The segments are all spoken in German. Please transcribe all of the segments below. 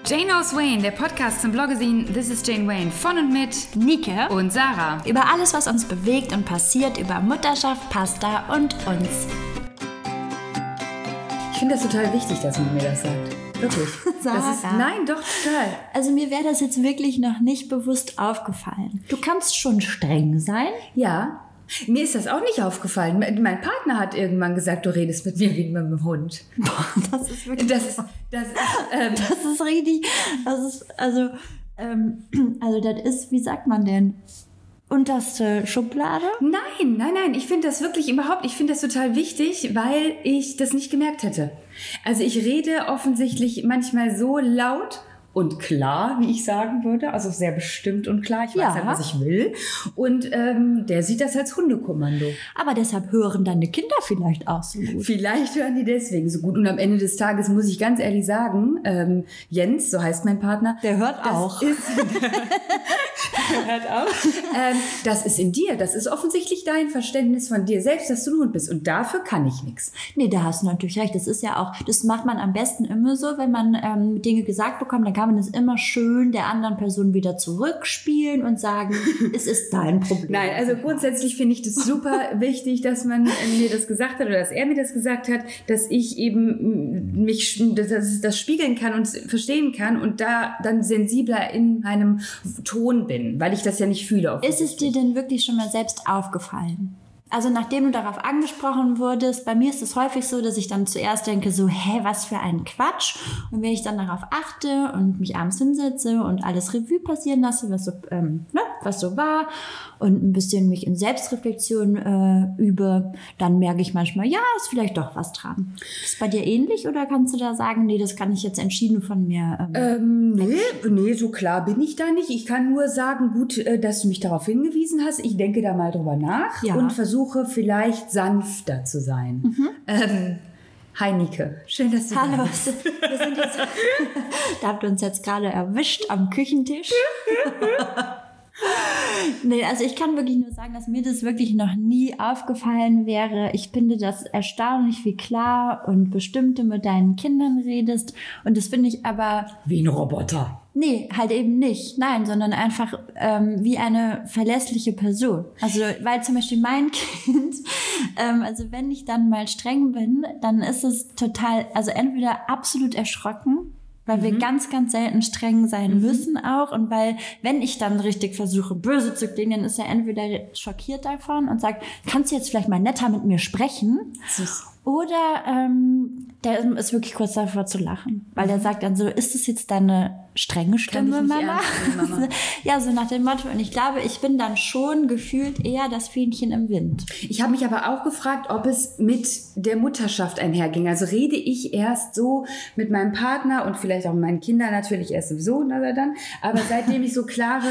Jane Knows Wayne, der Podcast zum Bloggesin This is Jane Wayne von und mit Nike und Sarah. Über alles, was uns bewegt und passiert, über Mutterschaft, Pasta und uns. Ich finde das total wichtig, dass man mir das sagt. Wirklich. Sarah. Nein, doch, total. Also mir wäre das jetzt wirklich noch nicht bewusst aufgefallen. Du kannst schon streng sein. Ja, mir ist das auch nicht aufgefallen. Mein Partner hat irgendwann gesagt, du redest mit mir wie mit einem Hund. Boah, das ist wirklich... Das ist richtig... Also das ist, wie sagt man denn? Unterste Schublade? Nein. Ich finde das wirklich ich finde das total wichtig, weil ich das nicht gemerkt hätte. Also ich rede offensichtlich manchmal so laut und klar, wie ich sagen würde, also sehr bestimmt und klar. Ich weiß ja, was ich will. Und der sieht das als Hundekommando. Aber deshalb hören deine Kinder vielleicht auch so gut. Vielleicht hören die deswegen so gut. Und am Ende des Tages muss ich ganz ehrlich sagen, Jens, so heißt mein Partner. Der hört auch. Das ist in dir. Das ist offensichtlich dein Verständnis von dir selbst, dass du ein Hund bist. Und dafür kann ich nichts. Nee, da hast du natürlich recht. Das ist ja auch, das macht man am besten immer so, wenn man Dinge gesagt bekommt, dann kann man es immer schön der anderen Person wieder zurückspielen und sagen, es ist dein Problem. Nein, also grundsätzlich finde ich das super wichtig, dass man mir das gesagt hat oder dass er mir das gesagt hat, dass ich eben das spiegeln kann und verstehen kann und da dann sensibler in meinem Ton bin, weil ich das ja nicht fühle. Ist es dir denn wirklich schon mal selbst aufgefallen? Also nachdem du darauf angesprochen wurdest, bei mir ist es häufig so, dass ich dann zuerst denke so, was für ein Quatsch. Und wenn ich dann darauf achte und mich abends hinsetze und alles Revue passieren lasse, was so war und ein bisschen mich in Selbstreflexion übe, dann merke ich manchmal, ja, ist vielleicht doch was dran. Ist bei dir ähnlich oder kannst du da sagen, nee, das kann ich jetzt entschieden von mir? Nee, so klar bin ich da nicht. Ich kann nur sagen, gut, dass du mich darauf hingewiesen hast. Ich denke da mal drüber nach und versuche vielleicht sanfter zu sein. Hi Nike, schön, dass du da bist. Wir sind jetzt, da habt ihr uns jetzt gerade erwischt am Küchentisch. Nee, also ich kann wirklich nur sagen, dass mir das wirklich noch nie aufgefallen wäre. Ich finde das erstaunlich, wie klar und bestimmt du mit deinen Kindern redest. Und das finde ich aber... Wie ein Roboter. Nee, halt eben nicht. Nein, sondern einfach wie eine verlässliche Person. Also, weil zum Beispiel mein Kind, also wenn ich dann mal streng bin, dann ist es total, also entweder absolut erschrocken, weil wir ganz, ganz selten streng sein müssen auch. Und weil, wenn ich dann richtig versuche, böse zu klingen, dann ist er entweder schockiert davon und sagt, kannst du jetzt vielleicht mal netter mit mir sprechen? Oder der ist wirklich kurz davor zu lachen. Weil der sagt dann so, ist das jetzt deine strenge Stimme, Mama? Mama? Ja, so nach dem Motto. Und ich glaube, ich bin dann schon gefühlt eher das Fähnchen im Wind. Ich habe mich aber auch gefragt, ob es mit der Mutterschaft einherging. Also rede ich erst so mit meinem Partner und vielleicht auch mit meinen Kindern natürlich erst sowieso oder dann. Aber seitdem ich so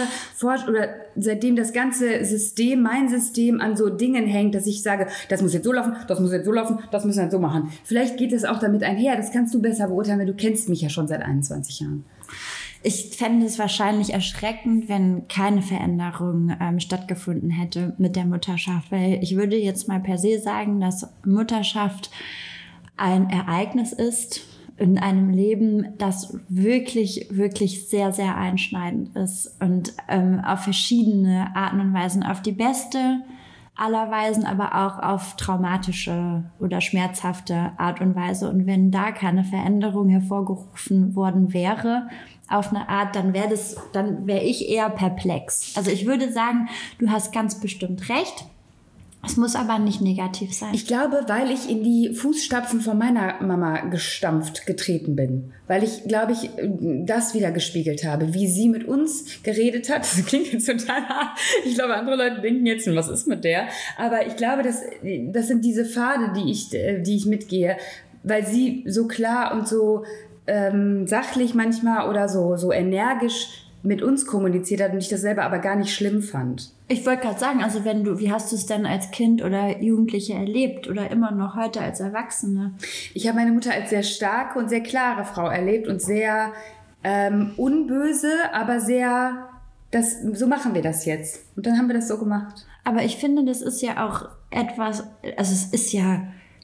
seitdem das ganze System, mein System an so Dingen hängt, dass ich sage, das muss jetzt so laufen, das muss jetzt so laufen, das müssen wir jetzt so machen. Vielleicht geht es auch damit einher. Das kannst du besser beurteilen, weil du kennst mich ja schon seit 21 Jahren. Ich fände es wahrscheinlich erschreckend, wenn keine Veränderung stattgefunden hätte mit der Mutterschaft. Weil ich würde jetzt mal per se sagen, dass Mutterschaft ein Ereignis ist in einem Leben, das wirklich, wirklich sehr, sehr einschneidend ist. Und auf verschiedene Arten und Weisen, auf die beste aller Weisen, aber auch auf traumatische oder schmerzhafte Art und Weise. Und wenn da keine Veränderung hervorgerufen worden wäre, auf eine Art, dann wäre ich eher perplex. Also ich würde sagen, du hast ganz bestimmt recht. Es muss aber nicht negativ sein. Ich glaube, weil ich in die Fußstapfen von meiner Mama getreten bin. Weil ich, glaube ich, das wieder gespiegelt habe, wie sie mit uns geredet hat. Das klingt jetzt total hart. Ich glaube, andere Leute denken jetzt, was ist mit der? Aber ich glaube, das sind diese Pfade, die ich mitgehe, weil sie so klar und so sachlich manchmal oder so energisch mit uns kommuniziert hat und ich das selber aber gar nicht schlimm fand. Ich wollte gerade sagen, also wie hast du es denn als Kind oder Jugendliche erlebt oder immer noch heute als Erwachsene? Ich habe meine Mutter als sehr starke und sehr klare Frau erlebt und sehr unböse, aber sehr, so machen wir das jetzt. Und dann haben wir das so gemacht. Aber ich finde, das ist ja auch etwas, also es ist ja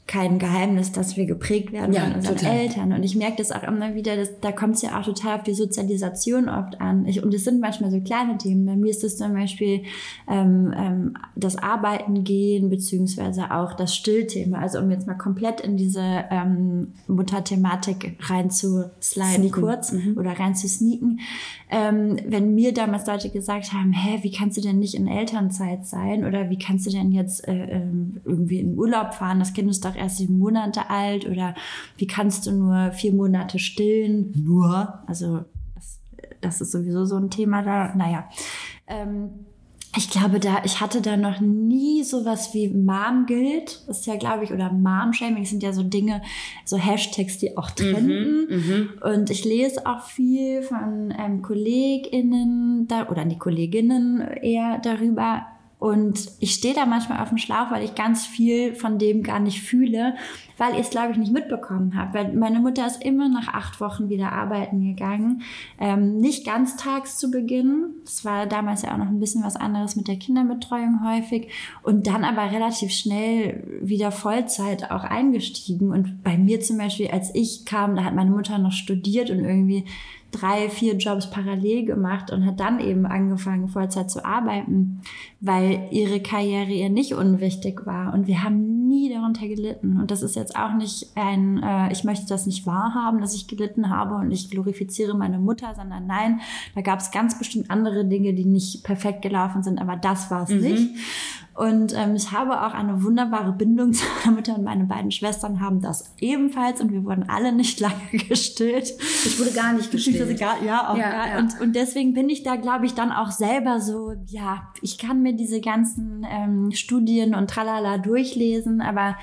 kein Geheimnis, dass wir geprägt werden von unseren Eltern. Und ich merke das auch immer wieder, da kommt es ja auch total auf die Sozialisation oft an. Und es sind manchmal so kleine Themen. Bei mir ist es zum Beispiel das Arbeiten gehen, beziehungsweise auch das Stillthema. Also um jetzt mal komplett in diese Mutterthematik reinzusliden kurz oder reinzusneaken. Wenn mir damals Leute gesagt haben, wie kannst du denn nicht in Elternzeit sein? Oder wie kannst du denn jetzt irgendwie in Urlaub fahren? Das Kind ist doch erst 7 Monate alt. Oder wie kannst du nur 4 Monate stillen? Also das ist sowieso so ein Thema da. Naja, ich glaube, ich hatte da noch nie sowas wie Mom-Guilt. Das ist ja, glaube ich, oder Mom-Shaming sind ja so Dinge, so Hashtags, die auch trenden. Und ich lese auch viel von KollegInnen oder die Kolleginnen eher darüber. Und ich stehe da manchmal auf dem Schlauch, weil ich ganz viel von dem gar nicht fühle, weil ich es, glaube ich, nicht mitbekommen habe. Weil meine Mutter ist immer nach 8 Wochen wieder arbeiten gegangen. Nicht ganztags zu Beginn. Das war damals ja auch noch ein bisschen was anderes mit der Kinderbetreuung häufig. Und dann aber relativ schnell wieder Vollzeit auch eingestiegen. Und bei mir zum Beispiel, als ich kam, da hat meine Mutter noch studiert und irgendwie 3, 4 Jobs parallel gemacht und hat dann eben angefangen, Vollzeit zu arbeiten, weil ihre Karriere ihr nicht unwichtig war. Und wir haben nie darunter gelitten. Und das ist jetzt auch nicht ich möchte das nicht wahrhaben, dass ich gelitten habe und ich glorifiziere meine Mutter, sondern nein, da gab es ganz bestimmt andere Dinge, die nicht perfekt gelaufen sind, aber das war es nicht. Und ich habe auch eine wunderbare Bindung zu meiner Mutter und meine beiden Schwestern haben das ebenfalls und wir wurden alle nicht lange gestillt. Ich wurde gar nicht gestillt. Ja. Und deswegen bin ich da, glaube ich, dann auch selber so, ich kann mir diese ganzen Studien und tralala durchlesen, aber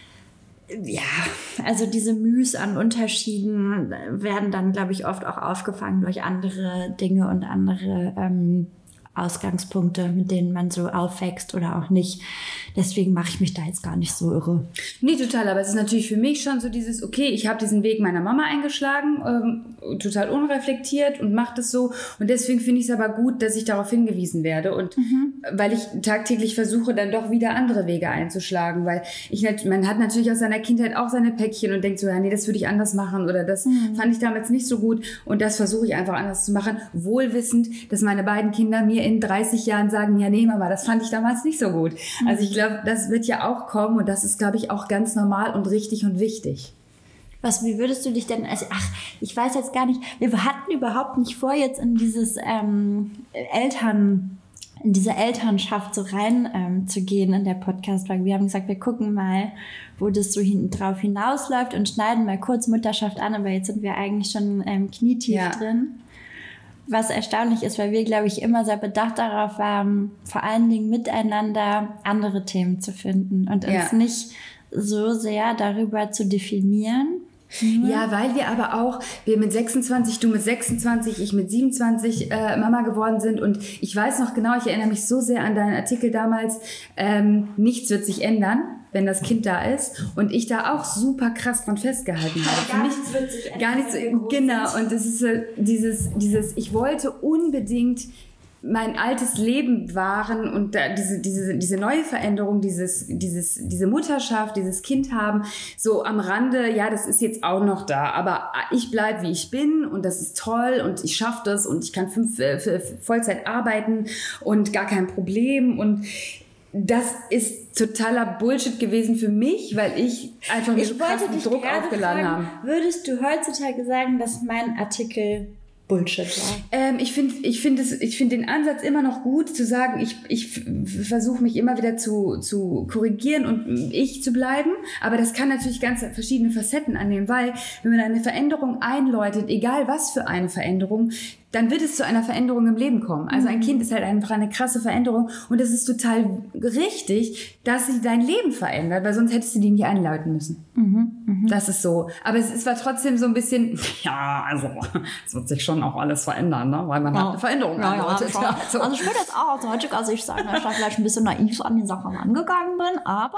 also diese Mühs an Unterschieden werden dann, glaube ich, oft auch aufgefangen durch andere Dinge und andere Ausgangspunkte, mit denen man so aufwächst oder auch nicht. Deswegen mache ich mich da jetzt gar nicht so irre. Nee, total. Aber es ist natürlich für mich schon so dieses, okay, ich habe diesen Weg meiner Mama eingeschlagen, total unreflektiert und mache das so. Und deswegen finde ich es aber gut, dass ich darauf hingewiesen werde. Und weil ich tagtäglich versuche, dann doch wieder andere Wege einzuschlagen. Weil man hat natürlich aus seiner Kindheit auch seine Päckchen und denkt so, nee, das würde ich anders machen oder das fand ich damals nicht so gut. Und das versuche ich einfach anders zu machen. Wohlwissend, dass meine beiden Kinder mir in 30 Jahren sagen, ja, nee, Mama, das fand ich damals nicht so gut. Also ich glaube, das wird ja auch kommen und das ist, glaube ich, auch ganz normal und richtig und wichtig. Wie würdest du dich denn, ich weiß jetzt gar nicht, wir hatten überhaupt nicht vor, jetzt in dieses in diese Elternschaft so rein zu gehen in der Podcast-Folge. Wir haben gesagt, wir gucken mal, wo das so hinten drauf hinausläuft und schneiden mal kurz Mutterschaft an, aber jetzt sind wir eigentlich schon knietief drin. Was erstaunlich ist, weil wir, glaube ich, immer sehr bedacht darauf waren, vor allen Dingen miteinander andere Themen zu finden und uns nicht so sehr darüber zu definieren. Ja, weil wir mit 26, du mit 26, ich mit 27 Mama geworden sind und ich weiß noch genau, ich erinnere mich so sehr an deinen Artikel damals, nichts wird sich ändern, wenn das Kind da ist und ich da auch super krass dran festgehalten habe. Gar nichts wird sich ändern. Gar nichts, genau, und das ist dieses, ich wollte unbedingt mein altes Leben wahren und da diese neue Veränderung, diese Mutterschaft, dieses Kind haben, so am Rande, ja, das ist jetzt auch noch da, aber ich bleibe, wie ich bin und das ist toll und ich schaffe das und ich kann Vollzeit arbeiten und gar kein Problem und das ist totaler Bullshit gewesen für mich, weil ich einfach so krassen Druck aufgeladen habe. Würdest du heutzutage sagen, dass mein Artikel Bullshit war? Ich finde den Ansatz immer noch gut, zu sagen, ich versuche mich immer wieder zu korrigieren und ich zu bleiben. Aber das kann natürlich ganz verschiedene Facetten annehmen, weil wenn man eine Veränderung einläutet, egal was für eine Veränderung, dann wird es zu einer Veränderung im Leben kommen. Also ein Kind ist halt einfach eine krasse Veränderung und es ist total richtig, dass sie dein Leben verändert, weil sonst hättest du die nicht einläuten müssen. Das ist so. Aber es war trotzdem so ein bisschen, ja, also es wird sich schon auch alles verändern, ne? Weil man hat eine Veränderung einläutet. Also ich würde jetzt auch aus heutiger Sicht sagen, dass ich da vielleicht ein bisschen naiv an die Sache rangegangen bin, aber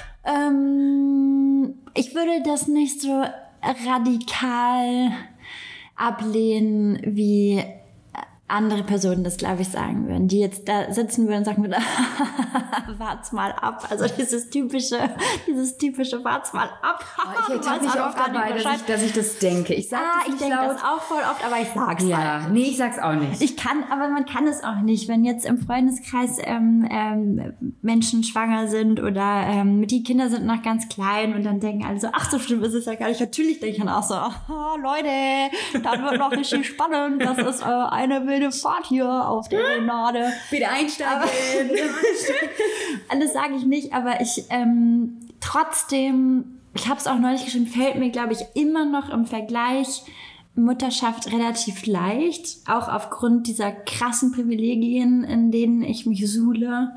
ich würde das nicht so radikal ablehnen wie andere Personen das, glaube ich, sagen würden, die jetzt da sitzen würden und sagen würden, wart's mal ab. Also dieses typische, wart's mal ab. Ich ertappe mich oft dabei, dass ich das denke. Ich sage das nicht denke laut. das auch voll oft, aber ich sag's halt. Nee, ich sag's auch nicht. Aber man kann es auch nicht. Wenn jetzt im Freundeskreis Menschen schwanger sind oder die Kinder sind noch ganz klein und dann denken alle so, ach, so schlimm ist es ja gar nicht. Natürlich denke ich dann auch so, Leute, dann wird noch richtig spannend. Das ist eine wilde Fahrt hier auf der Grenade. Bitte einsteigen. Alles sage ich nicht, aber ich trotzdem, ich habe es auch neulich geschrieben, fällt mir, glaube ich, immer noch im Vergleich Mutterschaft relativ leicht, auch aufgrund dieser krassen Privilegien, in denen ich mich suhle.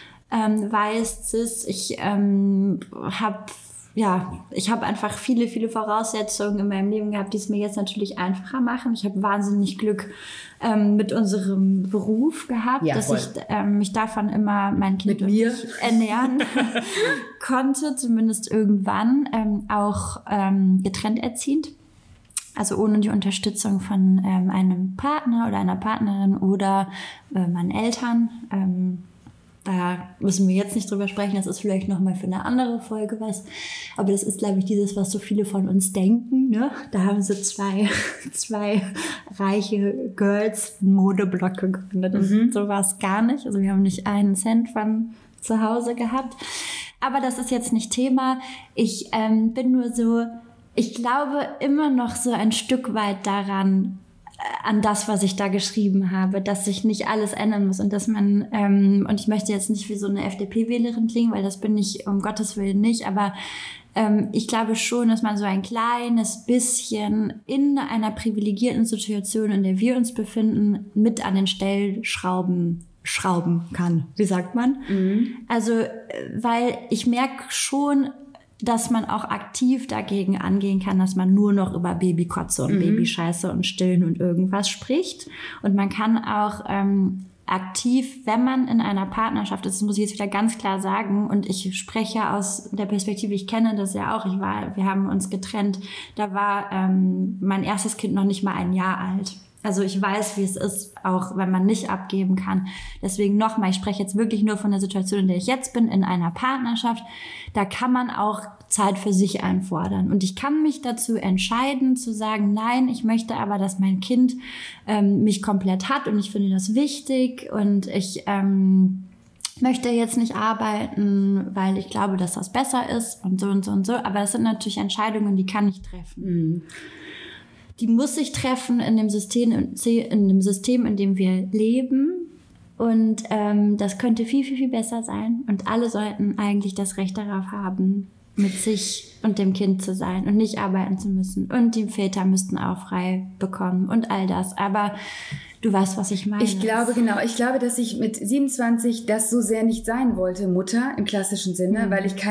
Ich habe einfach viele, viele Voraussetzungen in meinem Leben gehabt, die es mir jetzt natürlich einfacher machen. Ich habe wahnsinnig Glück mit unserem Beruf gehabt, dass ich mich davon immer mein Kind und mich ernähren konnte, zumindest irgendwann, auch getrennt erziehend. Also ohne die Unterstützung von einem Partner oder einer Partnerin oder meinen Eltern. Da müssen wir jetzt nicht drüber sprechen, das ist vielleicht nochmal für eine andere Folge was. Aber das ist, glaube ich, dieses, was so viele von uns denken. Ne? Da haben so zwei reiche Girls einen Modeblock gegründet. Und so war es gar nicht. Also wir haben nicht einen Cent von zu Hause gehabt. Aber das ist jetzt nicht Thema. Ich bin nur so, ich glaube immer noch so ein Stück weit daran, an das, was ich da geschrieben habe, dass sich nicht alles ändern muss und dass man, und ich möchte jetzt nicht wie so eine FDP-Wählerin klingen, weil das bin ich um Gottes Willen nicht, aber ich glaube schon, dass man so ein kleines bisschen in einer privilegierten Situation, in der wir uns befinden, mit an den Stellschrauben schrauben kann. Wie sagt man? Also, weil ich merke schon, dass man auch aktiv dagegen angehen kann, dass man nur noch über Babykotze und Babyscheiße und Stillen und irgendwas spricht. Und man kann auch aktiv, wenn man in einer Partnerschaft ist, das muss ich jetzt wieder ganz klar sagen, und ich spreche aus der Perspektive, ich kenne das ja auch, wir haben uns getrennt, da war mein erstes Kind noch nicht mal ein Jahr alt. Also ich weiß, wie es ist, auch wenn man nicht abgeben kann. Deswegen nochmal, ich spreche jetzt wirklich nur von der Situation, in der ich jetzt bin, in einer Partnerschaft. Da kann man auch Zeit für sich einfordern. Und ich kann mich dazu entscheiden, zu sagen, nein, ich möchte aber, dass mein Kind mich komplett hat und ich finde das wichtig und ich möchte jetzt nicht arbeiten, weil ich glaube, dass das besser ist und so und so und so. Aber es sind natürlich Entscheidungen, die kann ich treffen. Die muss ich treffen in dem System, in dem wir leben. Und das könnte viel, viel, viel besser sein. Und alle sollten eigentlich das Recht darauf haben, mit sich und dem Kind zu sein und nicht arbeiten zu müssen. Und die Väter müssten auch frei bekommen und all das. Aber du weißt, was ich meine. Ich glaube, dass ich mit 27 das so sehr nicht sein wollte, Mutter im klassischen Sinne, weil ich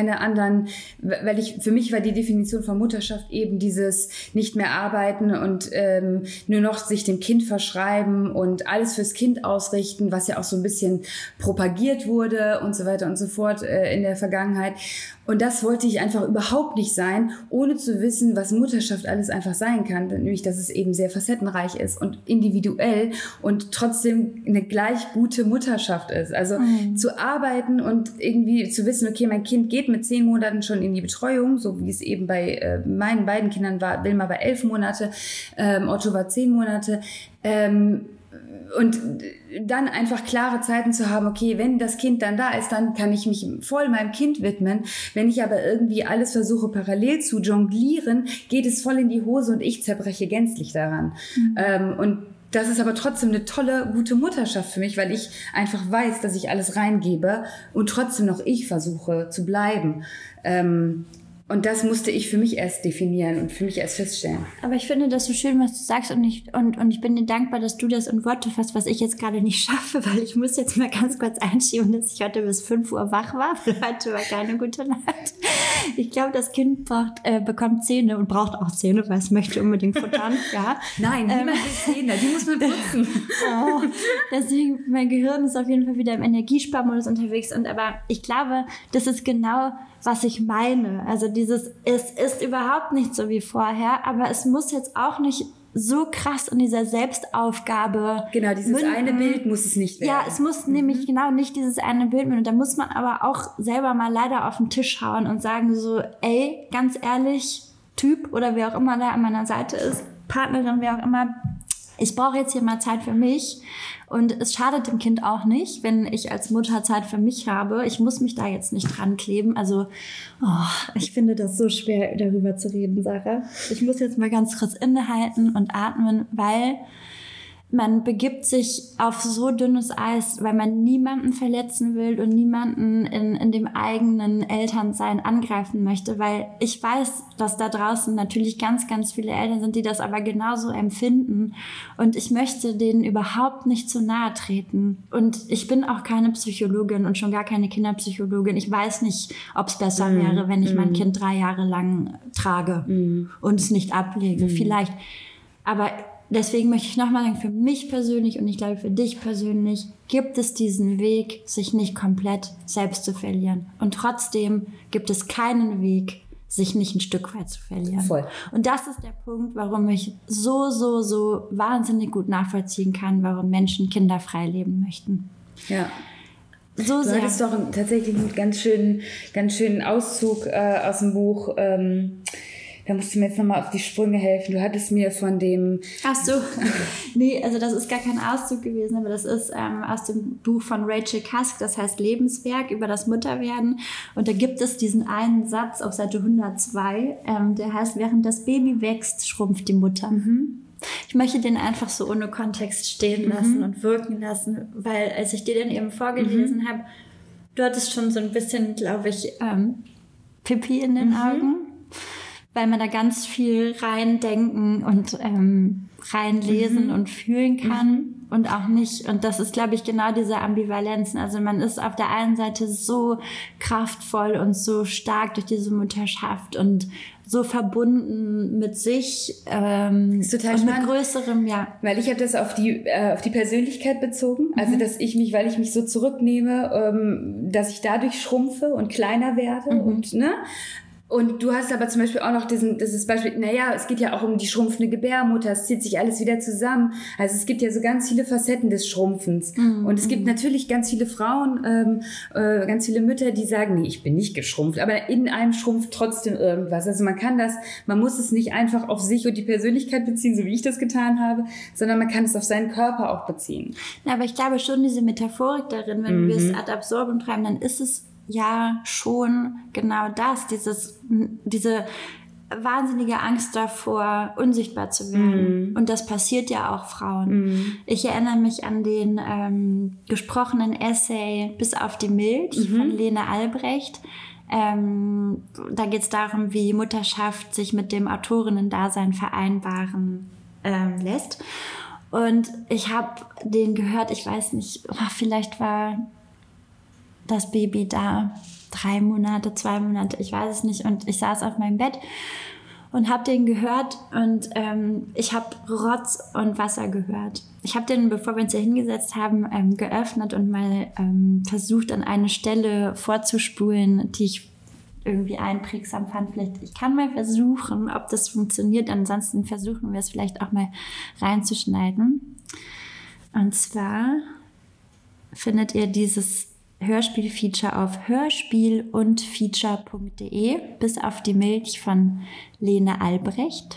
für mich war die Definition von Mutterschaft eben dieses nicht mehr arbeiten und nur noch sich dem Kind verschreiben und alles fürs Kind ausrichten, was ja auch so ein bisschen propagiert wurde und so weiter und so fort in der Vergangenheit. Und das wollte ich einfach überhaupt nicht sein, ohne zu wissen, was Mutterschaft alles einfach sein kann. Nämlich, dass es eben sehr facettenreich ist und individuell und trotzdem eine gleich gute Mutterschaft ist. Also zu arbeiten und irgendwie zu wissen, okay, mein Kind geht mit 10 Monaten schon in die Betreuung, so wie es eben bei meinen beiden Kindern war. Wilma war 11 Monate, Otto war 10 Monate. Und dann einfach klare Zeiten zu haben, okay, wenn das Kind dann da ist, dann kann ich mich voll meinem Kind widmen. Wenn ich aber irgendwie alles versuche parallel zu jonglieren, geht es voll in die Hose und ich zerbreche gänzlich daran. Und das ist aber trotzdem eine tolle, gute Mutterschaft für mich, weil ich einfach weiß, dass ich alles reingebe und trotzdem noch ich versuche zu bleiben. Und das musste ich für mich erst definieren und für mich erst feststellen. Aber ich finde das so schön, was du sagst und ich bin dir dankbar, dass du das in Worte fasst, was ich jetzt gerade nicht schaffe, weil ich muss jetzt mal ganz kurz einschieben, dass ich heute bis 5 Uhr wach war. Heute war keine gute Nacht. Ich glaube, das Kind bekommt Zähne und braucht auch Zähne, weil es möchte unbedingt futtern. Ja. Nein, niemand will Zähne, die muss man putzen. Deswegen, mein Gehirn ist auf jeden Fall wieder im Energiesparmodus unterwegs. Aber ich glaube, das ist genau, was ich meine. Also es ist überhaupt nicht so wie vorher, aber es muss jetzt auch nicht so krass in dieser Selbstaufgabe. Genau, dieses eine Bild muss es nicht werden. Ja, es muss nämlich genau nicht dieses eine Bild werden. Und da muss man aber auch selber mal leider auf den Tisch hauen und sagen so, ey, ganz ehrlich, Typ oder wer auch immer da an meiner Seite ist, Partnerin, wer auch immer, ich brauche jetzt hier mal Zeit für mich und es schadet dem Kind auch nicht, wenn ich als Mutter Zeit für mich habe. Ich muss mich da jetzt nicht dran kleben. Also, ich finde das so schwer, darüber zu reden, Sarah. Ich muss jetzt mal ganz kurz innehalten und atmen, weil man begibt sich auf so dünnes Eis, weil man niemanden verletzen will und niemanden in dem eigenen Elternsein angreifen möchte, weil ich weiß, dass da draußen natürlich ganz, ganz viele Eltern sind, die das aber genauso empfinden und ich möchte denen überhaupt nicht zu nahe treten und ich bin auch keine Psychologin und schon gar keine Kinderpsychologin. Ich weiß nicht, ob es besser wäre, wenn ich mein Kind 3 Jahre lang trage und es nicht ablege. Vielleicht, aber deswegen möchte ich nochmal sagen, für mich persönlich und ich glaube für dich persönlich gibt es diesen Weg, sich nicht komplett selbst zu verlieren. Und trotzdem gibt es keinen Weg, sich nicht ein Stück weit zu verlieren. Voll. Und das ist der Punkt, warum ich so wahnsinnig gut nachvollziehen kann, warum Menschen kinderfrei leben möchten. Ja. So sehr. Du hattest doch tatsächlich einen ganz schönen Auszug aus dem Buch. Da musst du mir jetzt nochmal auf die Sprünge helfen. Du hattest mir von dem... Ach so. Nee, also das ist gar kein Auszug gewesen, aber das ist aus dem Buch von Rachel Cusk, das heißt Lebenswerk über das Mutterwerden. Und da gibt es diesen einen Satz auf Seite 102, der heißt, während das Baby wächst, schrumpft die Mutter. Ich möchte den einfach so ohne Kontext stehen lassen und wirken lassen, weil als ich dir den eben vorgelesen habe, du hattest schon so ein bisschen, glaube ich, Pipi in den Augen. Weil man da ganz viel reindenken und reinlesen und fühlen kann und auch nicht. Und das ist, glaube ich, genau diese Ambivalenzen. Also man ist auf der einen Seite so kraftvoll und so stark durch diese Mutterschaft und so verbunden mit sich ist total und spannend, mit Größerem, ja. Weil ich habe das auf die Persönlichkeit bezogen. Also dass weil ich mich so zurücknehme, dass ich dadurch schrumpfe und kleiner werde und Und du hast aber zum Beispiel auch noch dieses Beispiel, es geht ja auch um die schrumpfende Gebärmutter, es zieht sich alles wieder zusammen. Also es gibt ja so ganz viele Facetten des Schrumpfens. Und es gibt natürlich ganz viele Frauen, ganz viele Mütter, die sagen, nee, ich bin nicht geschrumpft, aber in einem schrumpft trotzdem irgendwas. Also man muss es nicht einfach auf sich und die Persönlichkeit beziehen, so wie ich das getan habe, sondern man kann es auf seinen Körper auch beziehen. Ja, aber ich glaube schon, diese Metaphorik darin, wenn wir es ad absurdum treiben, dann ist es ja schon genau das, diese wahnsinnige Angst davor, unsichtbar zu werden. Und das passiert ja auch Frauen. Ich erinnere mich an den gesprochenen Essay Bis auf die Milch von Lene Albrecht. Da geht es darum, wie Mutterschaft sich mit dem Autorinnen-Dasein vereinbaren lässt. Und ich habe den gehört, ich weiß nicht, vielleicht war das Baby da 3 Monate, 2 Monate, ich weiß es nicht. Und ich saß auf meinem Bett und habe den gehört und ich habe Rotz und Wasser gehört. Ich habe den, bevor wir uns hier hingesetzt haben, geöffnet und mal versucht, an eine Stelle vorzuspulen, die ich irgendwie einprägsam fand. Ich kann mal versuchen, ob das funktioniert. Ansonsten versuchen wir es vielleicht auch mal reinzuschneiden. Und zwar findet ihr dieses Hörspiel-Feature auf hörspielundfeature.de, Bis auf die Milch von Lene Albrecht.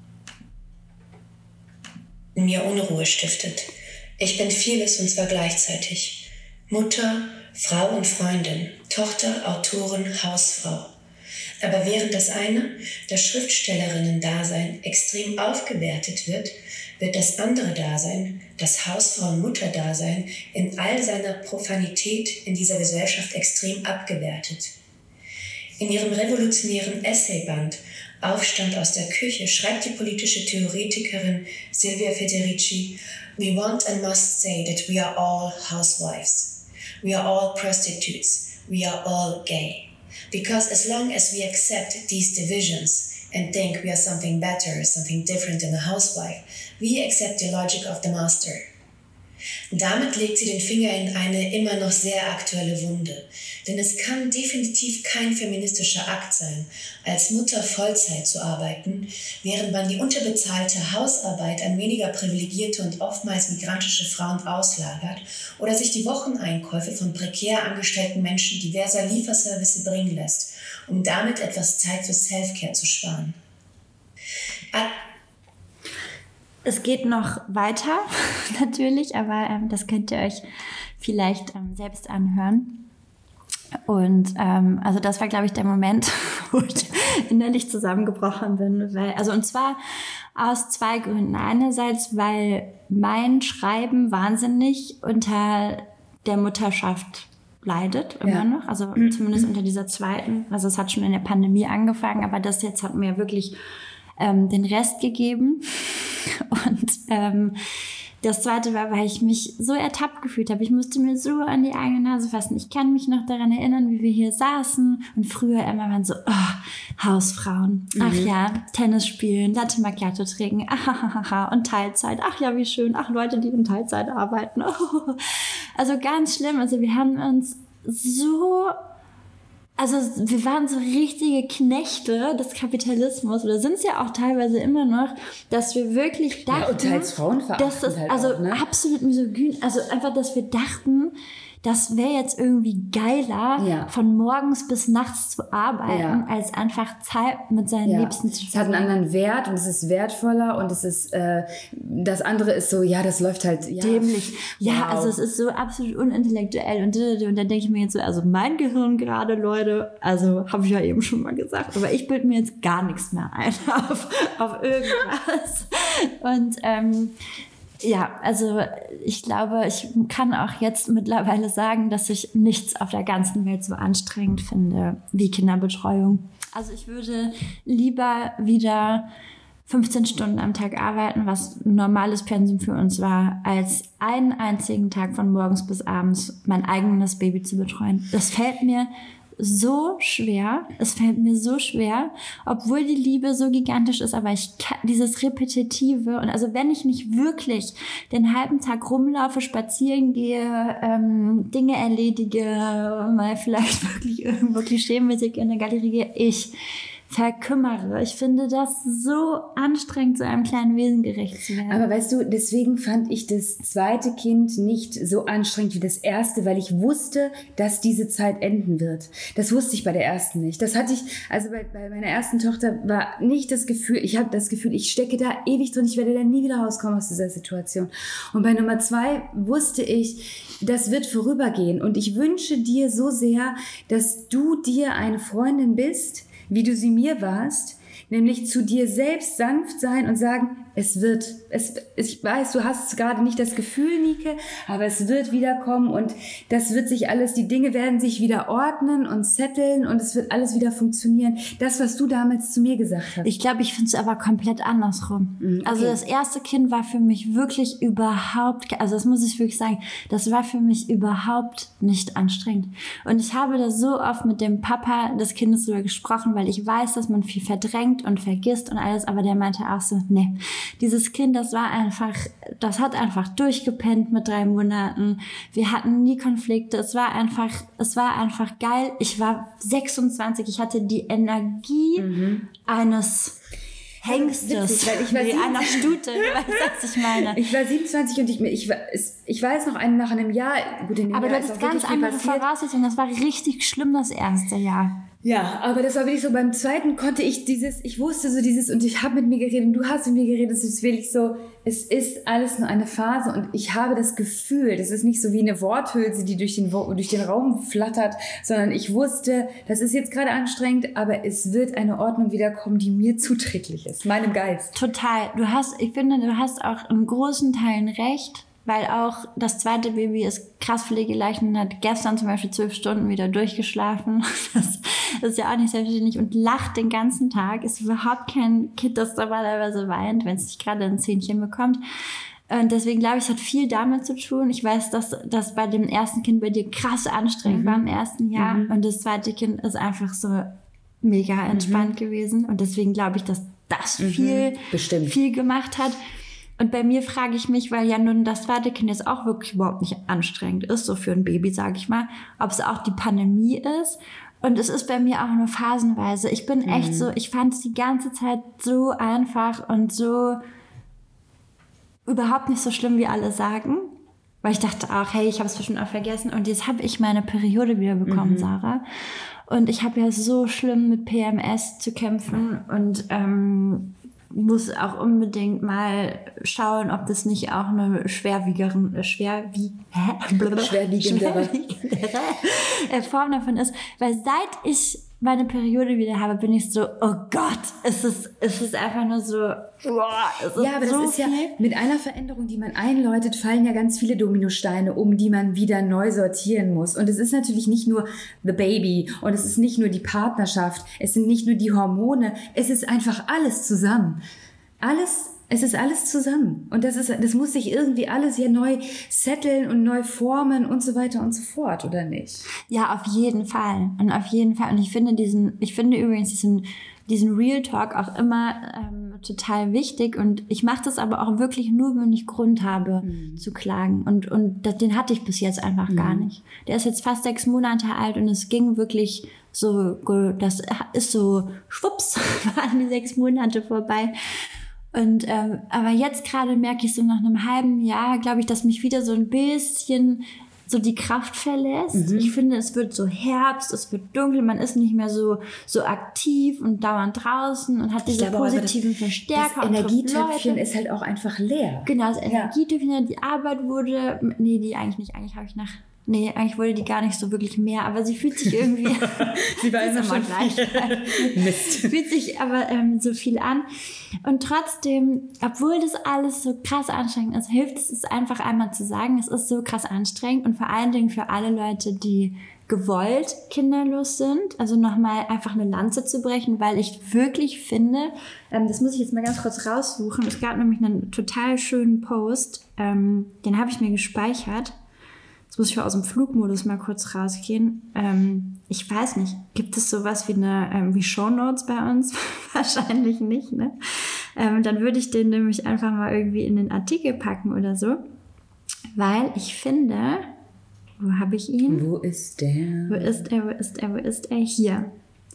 In mir Unruhe stiftet. Ich bin vieles und zwar gleichzeitig. Mutter, Frau und Freundin, Tochter, Autorin, Hausfrau. Aber während das eine, das Schriftstellerinnen-Dasein, extrem aufgewertet wird das andere Dasein, das Hausfrau- und Mutterdasein, in all seiner Profanität in dieser Gesellschaft extrem abgewertet. In ihrem revolutionären Essayband Aufstand aus der Küche schreibt die politische Theoretikerin Silvia Federici, "We want and must say that we are all housewives. We are all prostitutes. We are all gay. Because as long as we accept these divisions and think we are something better, something different than a housewife, we accept the logic of the master. Damit legt sie den Finger in eine immer noch sehr aktuelle Wunde. Denn es kann definitiv kein feministischer Akt sein, als Mutter Vollzeit zu arbeiten, während man die unterbezahlte Hausarbeit an weniger privilegierte und oftmals migrantische Frauen auslagert oder sich die Wocheneinkäufe von prekär angestellten Menschen diverser Lieferservice bringen lässt, um damit etwas Zeit für Selfcare zu sparen. Es geht noch weiter, natürlich, aber das könnt ihr euch vielleicht selbst anhören. Und also das war, glaube ich, der Moment, wo ich innerlich zusammengebrochen bin. Und zwar aus 2 Gründen. Einerseits, weil mein Schreiben wahnsinnig unter der Mutterschaft leidet, immer noch. Also zumindest unter dieser zweiten. Also es hat schon in der Pandemie angefangen, aber das jetzt hat mir wirklich den Rest gegeben. Und das zweite war, weil ich mich so ertappt gefühlt habe. Ich musste mir so an die eigene Nase fassen. Ich kann mich noch daran erinnern, wie wir hier saßen und früher immer waren so, Hausfrauen. Ach ja, Tennis spielen, Latte Macchiato trinken, und Teilzeit. Ach ja, wie schön. Ach, Leute, die in Teilzeit arbeiten. Oh. Also ganz schlimm. Also wir haben uns wir waren so richtige Knechte des Kapitalismus, oder sind es ja auch teilweise immer noch, dass wir wirklich dachten, und teils frauenverachtend dass das halt also auch, ne? absolut misogyn, also einfach, dass wir dachten, das wäre jetzt irgendwie geiler, von morgens bis nachts zu arbeiten, als einfach Zeit mit seinen Liebsten zu verbringen. Es hat einen anderen Wert und es ist wertvoller und es ist, das andere ist so, das läuft halt, dämlich. Ja, also es ist so absolut unintellektuell und dann denke ich mir jetzt so, also mein Gehirn gerade, Leute, also habe ich ja eben schon mal gesagt, aber ich bilde mir jetzt gar nichts mehr ein auf irgendwas. Und also ich glaube, ich kann auch jetzt mittlerweile sagen, dass ich nichts auf der ganzen Welt so anstrengend finde wie Kinderbetreuung. Also ich würde lieber wieder 15 Stunden am Tag arbeiten, was ein normales Pensum für uns war, als einen einzigen Tag von morgens bis abends mein eigenes Baby zu betreuen. Das fällt mir so schwer. Es fällt mir so schwer, obwohl die Liebe so gigantisch ist, aber ich kann dieses Repetitive, und also wenn ich nicht wirklich den halben Tag rumlaufe, spazieren gehe, Dinge erledige, mal vielleicht wirklich irgendwo klischeemäßig in der Galerie gehe, ich verkümmere. Ich finde das so anstrengend, so einem kleinen Wesen gerecht zu werden. Aber weißt du, deswegen fand ich das zweite Kind nicht so anstrengend wie das erste, weil ich wusste, dass diese Zeit enden wird. Das wusste ich bei der ersten nicht. Das hatte ich, also bei meiner ersten Tochter war nicht das Gefühl, ich habe das Gefühl, ich stecke da ewig drin, ich werde da nie wieder rauskommen aus dieser Situation. Und bei Nummer 2 wusste ich, das wird vorübergehen. Und ich wünsche dir so sehr, dass du dir eine Freundin bist, wie du sie mir warst, nämlich zu dir selbst sanft sein und sagen, ich weiß, du hast gerade nicht das Gefühl, Nike, aber es wird wiederkommen und das wird sich alles, die Dinge werden sich wieder ordnen und setteln und es wird alles wieder funktionieren. Das, was du damals zu mir gesagt hast. Ich glaube, ich finde es aber komplett andersrum. Okay. Also das erste Kind war für mich wirklich also das muss ich wirklich sagen, das war für mich überhaupt nicht anstrengend. Und ich habe da so oft mit dem Papa des Kindes drüber gesprochen, weil ich weiß, dass man viel verdrängt und vergisst und alles, aber der meinte auch so, nee, dieses Kind, das hat einfach durchgepennt mit 3 Monaten. Wir hatten nie Konflikte. Es war einfach geil. Ich war 26. Ich hatte die Energie eines Hengstes. Einer Stute. Du weißt, was ich meine. Ich war 27 und ich weiß noch nach einem Jahr. Gut, in dem aber Jahr du hattest ganz andere Voraussetzungen. Das war richtig schlimm, das erste Jahr. Ja, aber das war wirklich so, beim zweiten konnte ich wusste so dieses, und ich habe mit mir geredet und du hast mit mir geredet, es ist wirklich so, es ist alles nur eine Phase und ich habe das Gefühl, das ist nicht so wie eine Worthülse, die durch den Raum flattert, sondern ich wusste, das ist jetzt gerade anstrengend, aber es wird eine Ordnung wiederkommen, die mir zuträglich ist, meinem Geist. Total. Ich finde, du hast auch in großen Teilen recht, weil auch das zweite Baby ist krass pflegeleicht und hat gestern zum Beispiel 12 Stunden wieder durchgeschlafen. Das ist ja auch nicht selbstverständlich und lacht den ganzen Tag. Ist überhaupt kein Kind, das normalerweise weint, wenn es nicht gerade ein Zähnchen bekommt. Und deswegen glaube ich, es hat viel damit zu tun. Ich weiß, dass das bei dem ersten Kind bei dir krass anstrengend war im ersten Jahr. Und das zweite Kind ist einfach so mega entspannt gewesen. Und deswegen glaube ich, dass das viel gemacht hat. Und bei mir frage ich mich, weil ja nun das zweite Kind jetzt auch wirklich überhaupt nicht anstrengend ist, so für ein Baby, sage ich mal, ob es auch die Pandemie ist. Und es ist bei mir auch nur phasenweise. Ich bin echt so, ich fand es die ganze Zeit so einfach und so überhaupt nicht so schlimm, wie alle sagen. Weil ich dachte auch, hey, ich habe es bestimmt auch vergessen. Und jetzt habe ich meine Periode wieder bekommen, Sarah. Und ich habe ja so schlimm mit PMS zu kämpfen und muss auch unbedingt mal schauen, ob das nicht auch eine schwerwiegendere Form davon ist. Weil seit ich meine Periode wieder habe, bin ich so, oh Gott, es ist einfach nur so, Ja, aber so das ist viel. ja, mit einer Veränderung, die man einläutet, fallen ja ganz viele Dominosteine um, die man wieder neu sortieren muss. Und es ist natürlich nicht nur the baby und es ist nicht nur die Partnerschaft, es sind nicht nur die Hormone, es ist einfach alles zusammen. Es ist alles zusammen. Und das muss sich irgendwie alles ja neu setteln und neu formen und so weiter und so fort, oder nicht? Ja, auf jeden Fall. Und auf jeden Fall. Und ich finde übrigens diesen Real Talk auch immer total wichtig. Und ich mache das aber auch wirklich nur, wenn ich Grund habe zu klagen. Und den hatte ich bis jetzt einfach gar nicht. Der ist jetzt fast 6 Monate alt und es ging wirklich so, das ist so, schwupps, waren die 6 Monate vorbei. Und aber jetzt gerade merke ich so nach einem halben Jahr, glaube ich, dass mich wieder so ein bisschen so die Kraft verlässt. Ich finde, es wird so Herbst, es wird dunkel, man ist nicht mehr so aktiv und dauernd draußen und hat diese positiven Verstärker. Das Energietöpfchen ist halt auch einfach leer. Genau, das Energietöpfchen, die Arbeit wurde, eigentlich nicht, eigentlich wurde die gar nicht so wirklich mehr, aber sie fühlt sich irgendwie Sie war immer schon gleich. Mist. Fühlt sich aber so viel an. Und trotzdem, obwohl das alles so krass anstrengend ist, hilft es einfach einmal zu sagen, es ist so krass anstrengend und vor allen Dingen für alle Leute, die gewollt kinderlos sind, also nochmal einfach eine Lanze zu brechen, weil ich wirklich finde, das muss ich jetzt mal ganz kurz raussuchen, es gab nämlich einen total schönen Post, den habe ich mir gespeichert. Jetzt muss ich aus dem Flugmodus mal kurz rausgehen. Ich weiß nicht, gibt es sowas wie Shownotes bei uns? Wahrscheinlich nicht, ne? Dann würde ich den nämlich einfach mal irgendwie in den Artikel packen oder so. Weil ich finde, wo habe ich ihn? Wo ist der? Wo ist er? Hier.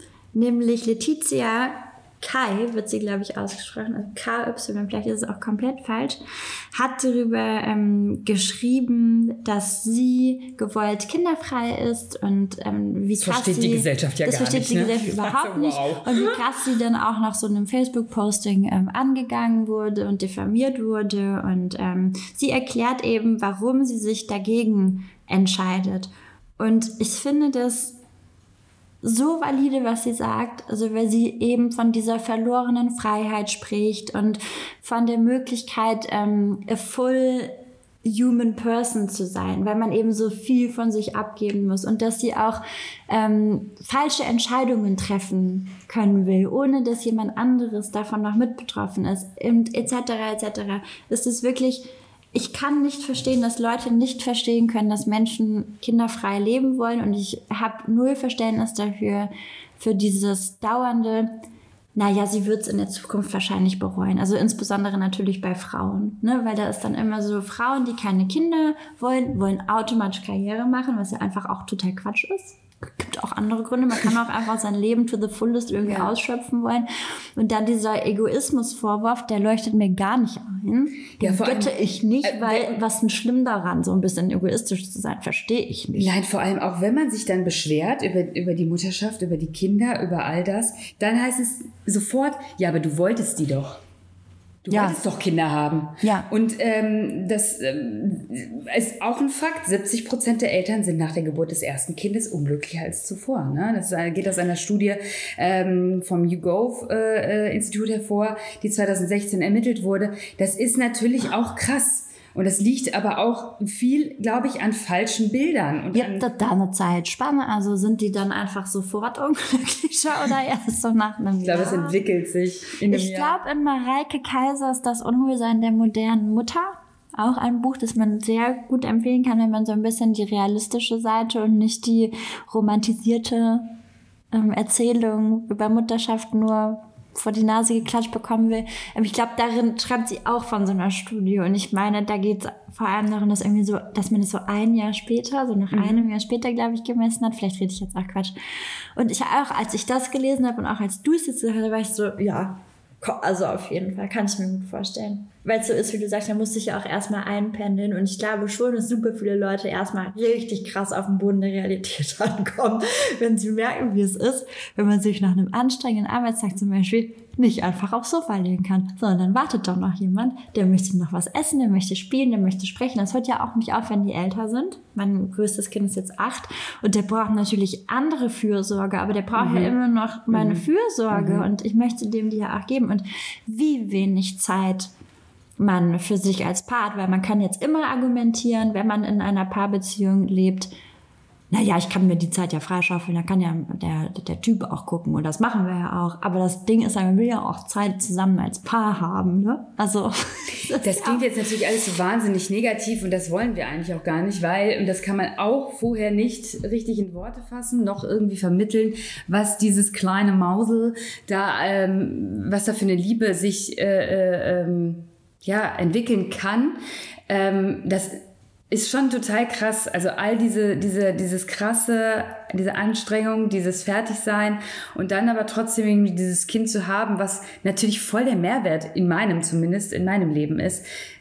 Nämlich Letizia Kai, wird sie, glaube ich, ausgesprochen, also KY, vielleicht ist es auch komplett falsch, hat darüber geschrieben, dass sie gewollt kinderfrei ist und wie das krass versteht die Gesellschaft ja das gar versteht nicht. Die Gesellschaft überhaupt nicht. Und wie krass sie dann auch nach so einem Facebook-Posting angegangen wurde und diffamiert wurde. Und sie erklärt eben, warum sie sich dagegen entscheidet. Und ich finde das so valide, was sie sagt, also weil sie eben von dieser verlorenen Freiheit spricht und von der Möglichkeit, a full human person zu sein, weil man eben so viel von sich abgeben muss und dass sie auch falsche Entscheidungen treffen können will, ohne dass jemand anderes davon noch mit betroffen ist und etc. Ist es wirklich. Ich kann nicht verstehen, dass Leute nicht verstehen können, dass Menschen kinderfrei leben wollen. Und ich habe null Verständnis dafür, für dieses dauernde, sie wird es in der Zukunft wahrscheinlich bereuen. Also insbesondere natürlich bei Frauen. Ne? Weil da ist dann immer so, Frauen, die keine Kinder wollen automatisch Karriere machen, was ja einfach auch total Quatsch ist. Gibt auch andere Gründe. Man kann auch einfach sein Leben to the fullest irgendwie ausschöpfen wollen. Und dann dieser Egoismusvorwurf, der leuchtet mir gar nicht ein. Den götte ich nicht, weil was denn schlimm daran, so ein bisschen egoistisch zu sein, verstehe ich nicht. Nein, vor allem auch, wenn man sich dann beschwert über die Mutterschaft, über die Kinder, über all das, dann heißt es sofort, ja, aber du wolltest die doch. Du wolltest doch Kinder haben. Ja. Und das ist auch ein Fakt. 70% der Eltern sind nach der Geburt des ersten Kindes unglücklicher als zuvor. Ne? Das geht aus einer Studie vom YouGov-Institut hervor, die 2016 ermittelt wurde. Das ist natürlich auch krass. Und das liegt aber auch viel, glaube ich, an falschen Bildern. Und Gibt es da eine Zeitspanne? Also sind die dann einfach sofort unglücklicher oder erst so nach einem Jahr? Ich glaube, es entwickelt sich in einem Jahr. Ich glaube, in Mareike Kaisers Das Unwohlsein der modernen Mutter, auch ein Buch, das man sehr gut empfehlen kann, wenn man so ein bisschen die realistische Seite und nicht die romantisierte Erzählung über Mutterschaft nur vor die Nase geklatscht bekommen will. Ich glaube, darin schreibt sie auch von so einer Studie. Und ich meine, da geht es vor allem darum, dass irgendwie so, dass man das so ein Jahr später, so nach einem Jahr später, glaube ich, gemessen hat. Vielleicht rede ich jetzt auch Quatsch. Und ich auch, als ich das gelesen habe und auch als du es jetzt gehört hast, war ich so, ja, also auf jeden Fall, kann ich mir gut vorstellen. Weil es so ist, wie du sagst, da muss ich ja auch erstmal einpendeln. Und ich glaube schon, dass super viele Leute erstmal richtig krass auf den Boden der Realität ankommen, wenn sie merken, wie es ist, wenn man sich nach einem anstrengenden Arbeitstag zum Beispiel nicht einfach aufs Sofa legen kann, sondern dann wartet doch noch jemand, der möchte noch was essen, der möchte spielen, der möchte sprechen. Das hört ja auch nicht auf, wenn die älter sind. Mein größtes Kind ist jetzt 8 und der braucht natürlich andere Fürsorge, aber der braucht ja immer noch meine Fürsorge und ich möchte dem die ja auch geben. Und wie wenig Zeit man für sich als Paar hat, weil man kann jetzt immer argumentieren, wenn man in einer Paarbeziehung lebt, naja, ich kann mir die Zeit ja freischaufeln, da kann ja der Typ auch gucken und das machen wir ja auch. Aber das Ding ist, man will ja auch Zeit zusammen als Paar haben, ne? Also das klingt jetzt natürlich alles so wahnsinnig negativ und das wollen wir eigentlich auch gar nicht, weil, und das kann man auch vorher nicht richtig in Worte fassen, noch irgendwie vermitteln, was dieses kleine Mausel da, was da für eine Liebe sich entwickeln kann. Das ist schon total krass. Also all dieses krasse, diese Anstrengung, dieses Fertigsein und dann aber trotzdem irgendwie dieses Kind zu haben, was natürlich voll der Mehrwert in meinem Leben ist.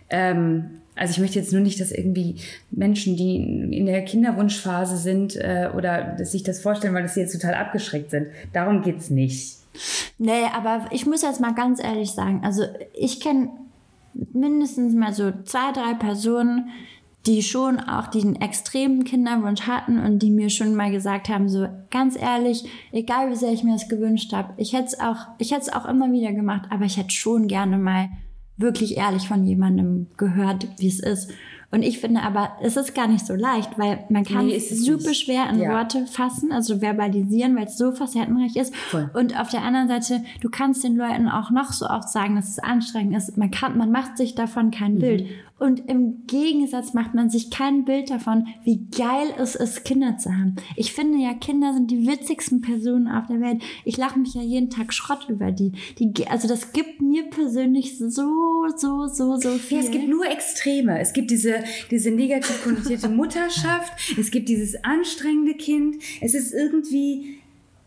Also ich möchte jetzt nur nicht, dass irgendwie Menschen, die in der Kinderwunschphase sind oder sich das vorstellen, weil sie jetzt total abgeschreckt sind. Darum geht's nicht. Nee, aber ich muss jetzt mal ganz ehrlich sagen, also ich kenne mindestens mal so 2, 3 Personen, die schon auch diesen extremen Kinderwunsch hatten und die mir schon mal gesagt haben, so ganz ehrlich, egal wie sehr ich mir das gewünscht habe, ich hätte es auch immer wieder gemacht, aber ich hätte schon gerne mal wirklich ehrlich von jemandem gehört, wie es ist. Und ich finde aber, es ist gar nicht so leicht, weil man kann es super schwer in Worte fassen, also verbalisieren, weil es so facettenreich ist. Voll. Und auf der anderen Seite, du kannst den Leuten auch noch so oft sagen, dass es anstrengend ist. Man macht sich davon kein Bild. Und im Gegensatz macht man sich kein Bild davon, wie geil es ist, Kinder zu haben. Ich finde ja, Kinder sind die witzigsten Personen auf der Welt. Ich lache mich ja jeden Tag Schrott über die. Also das gibt mir persönlich so viel. Ja, es gibt nur Extreme. Es gibt diese negativ konnotierte Mutterschaft. Es gibt dieses anstrengende Kind. Es ist irgendwie...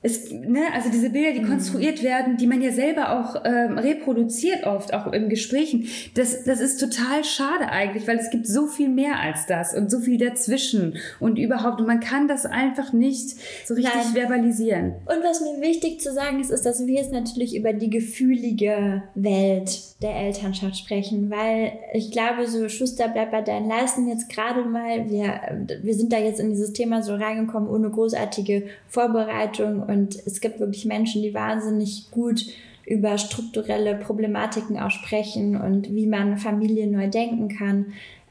also diese Bilder, die konstruiert werden, die man ja selber auch reproduziert oft, auch in Gesprächen, das ist total schade eigentlich, weil es gibt so viel mehr als das und so viel dazwischen und überhaupt, und man kann das einfach nicht so richtig verbalisieren. Und was mir wichtig zu sagen ist, dass wir jetzt natürlich über die gefühlige Welt der Elternschaft sprechen, weil ich glaube, so Schuster bleibt bei deinen Leisten jetzt gerade mal, wir sind da jetzt in dieses Thema so reingekommen ohne großartige Vorbereitung. Und es gibt wirklich Menschen, die wahnsinnig gut über strukturelle Problematiken auch sprechen und wie man Familie neu denken kann.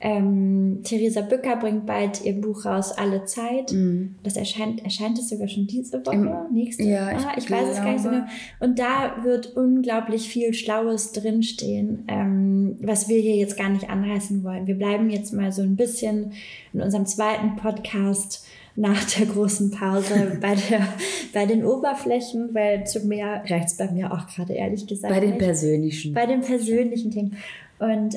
Theresa Bücker bringt bald ihr Buch raus, Alle Zeit. Das erscheint es sogar schon diese Woche? Nächste Woche? Ja, ich weiß es gar nicht so genau. Und da wird unglaublich viel Schlaues drinstehen, was wir hier jetzt gar nicht anreißen wollen. Wir bleiben jetzt mal so ein bisschen in unserem zweiten Podcast nach der großen Pause bei den Oberflächen, weil zu mehr reicht es bei mir auch gerade, ehrlich gesagt. Bei den persönlichen Themen. Und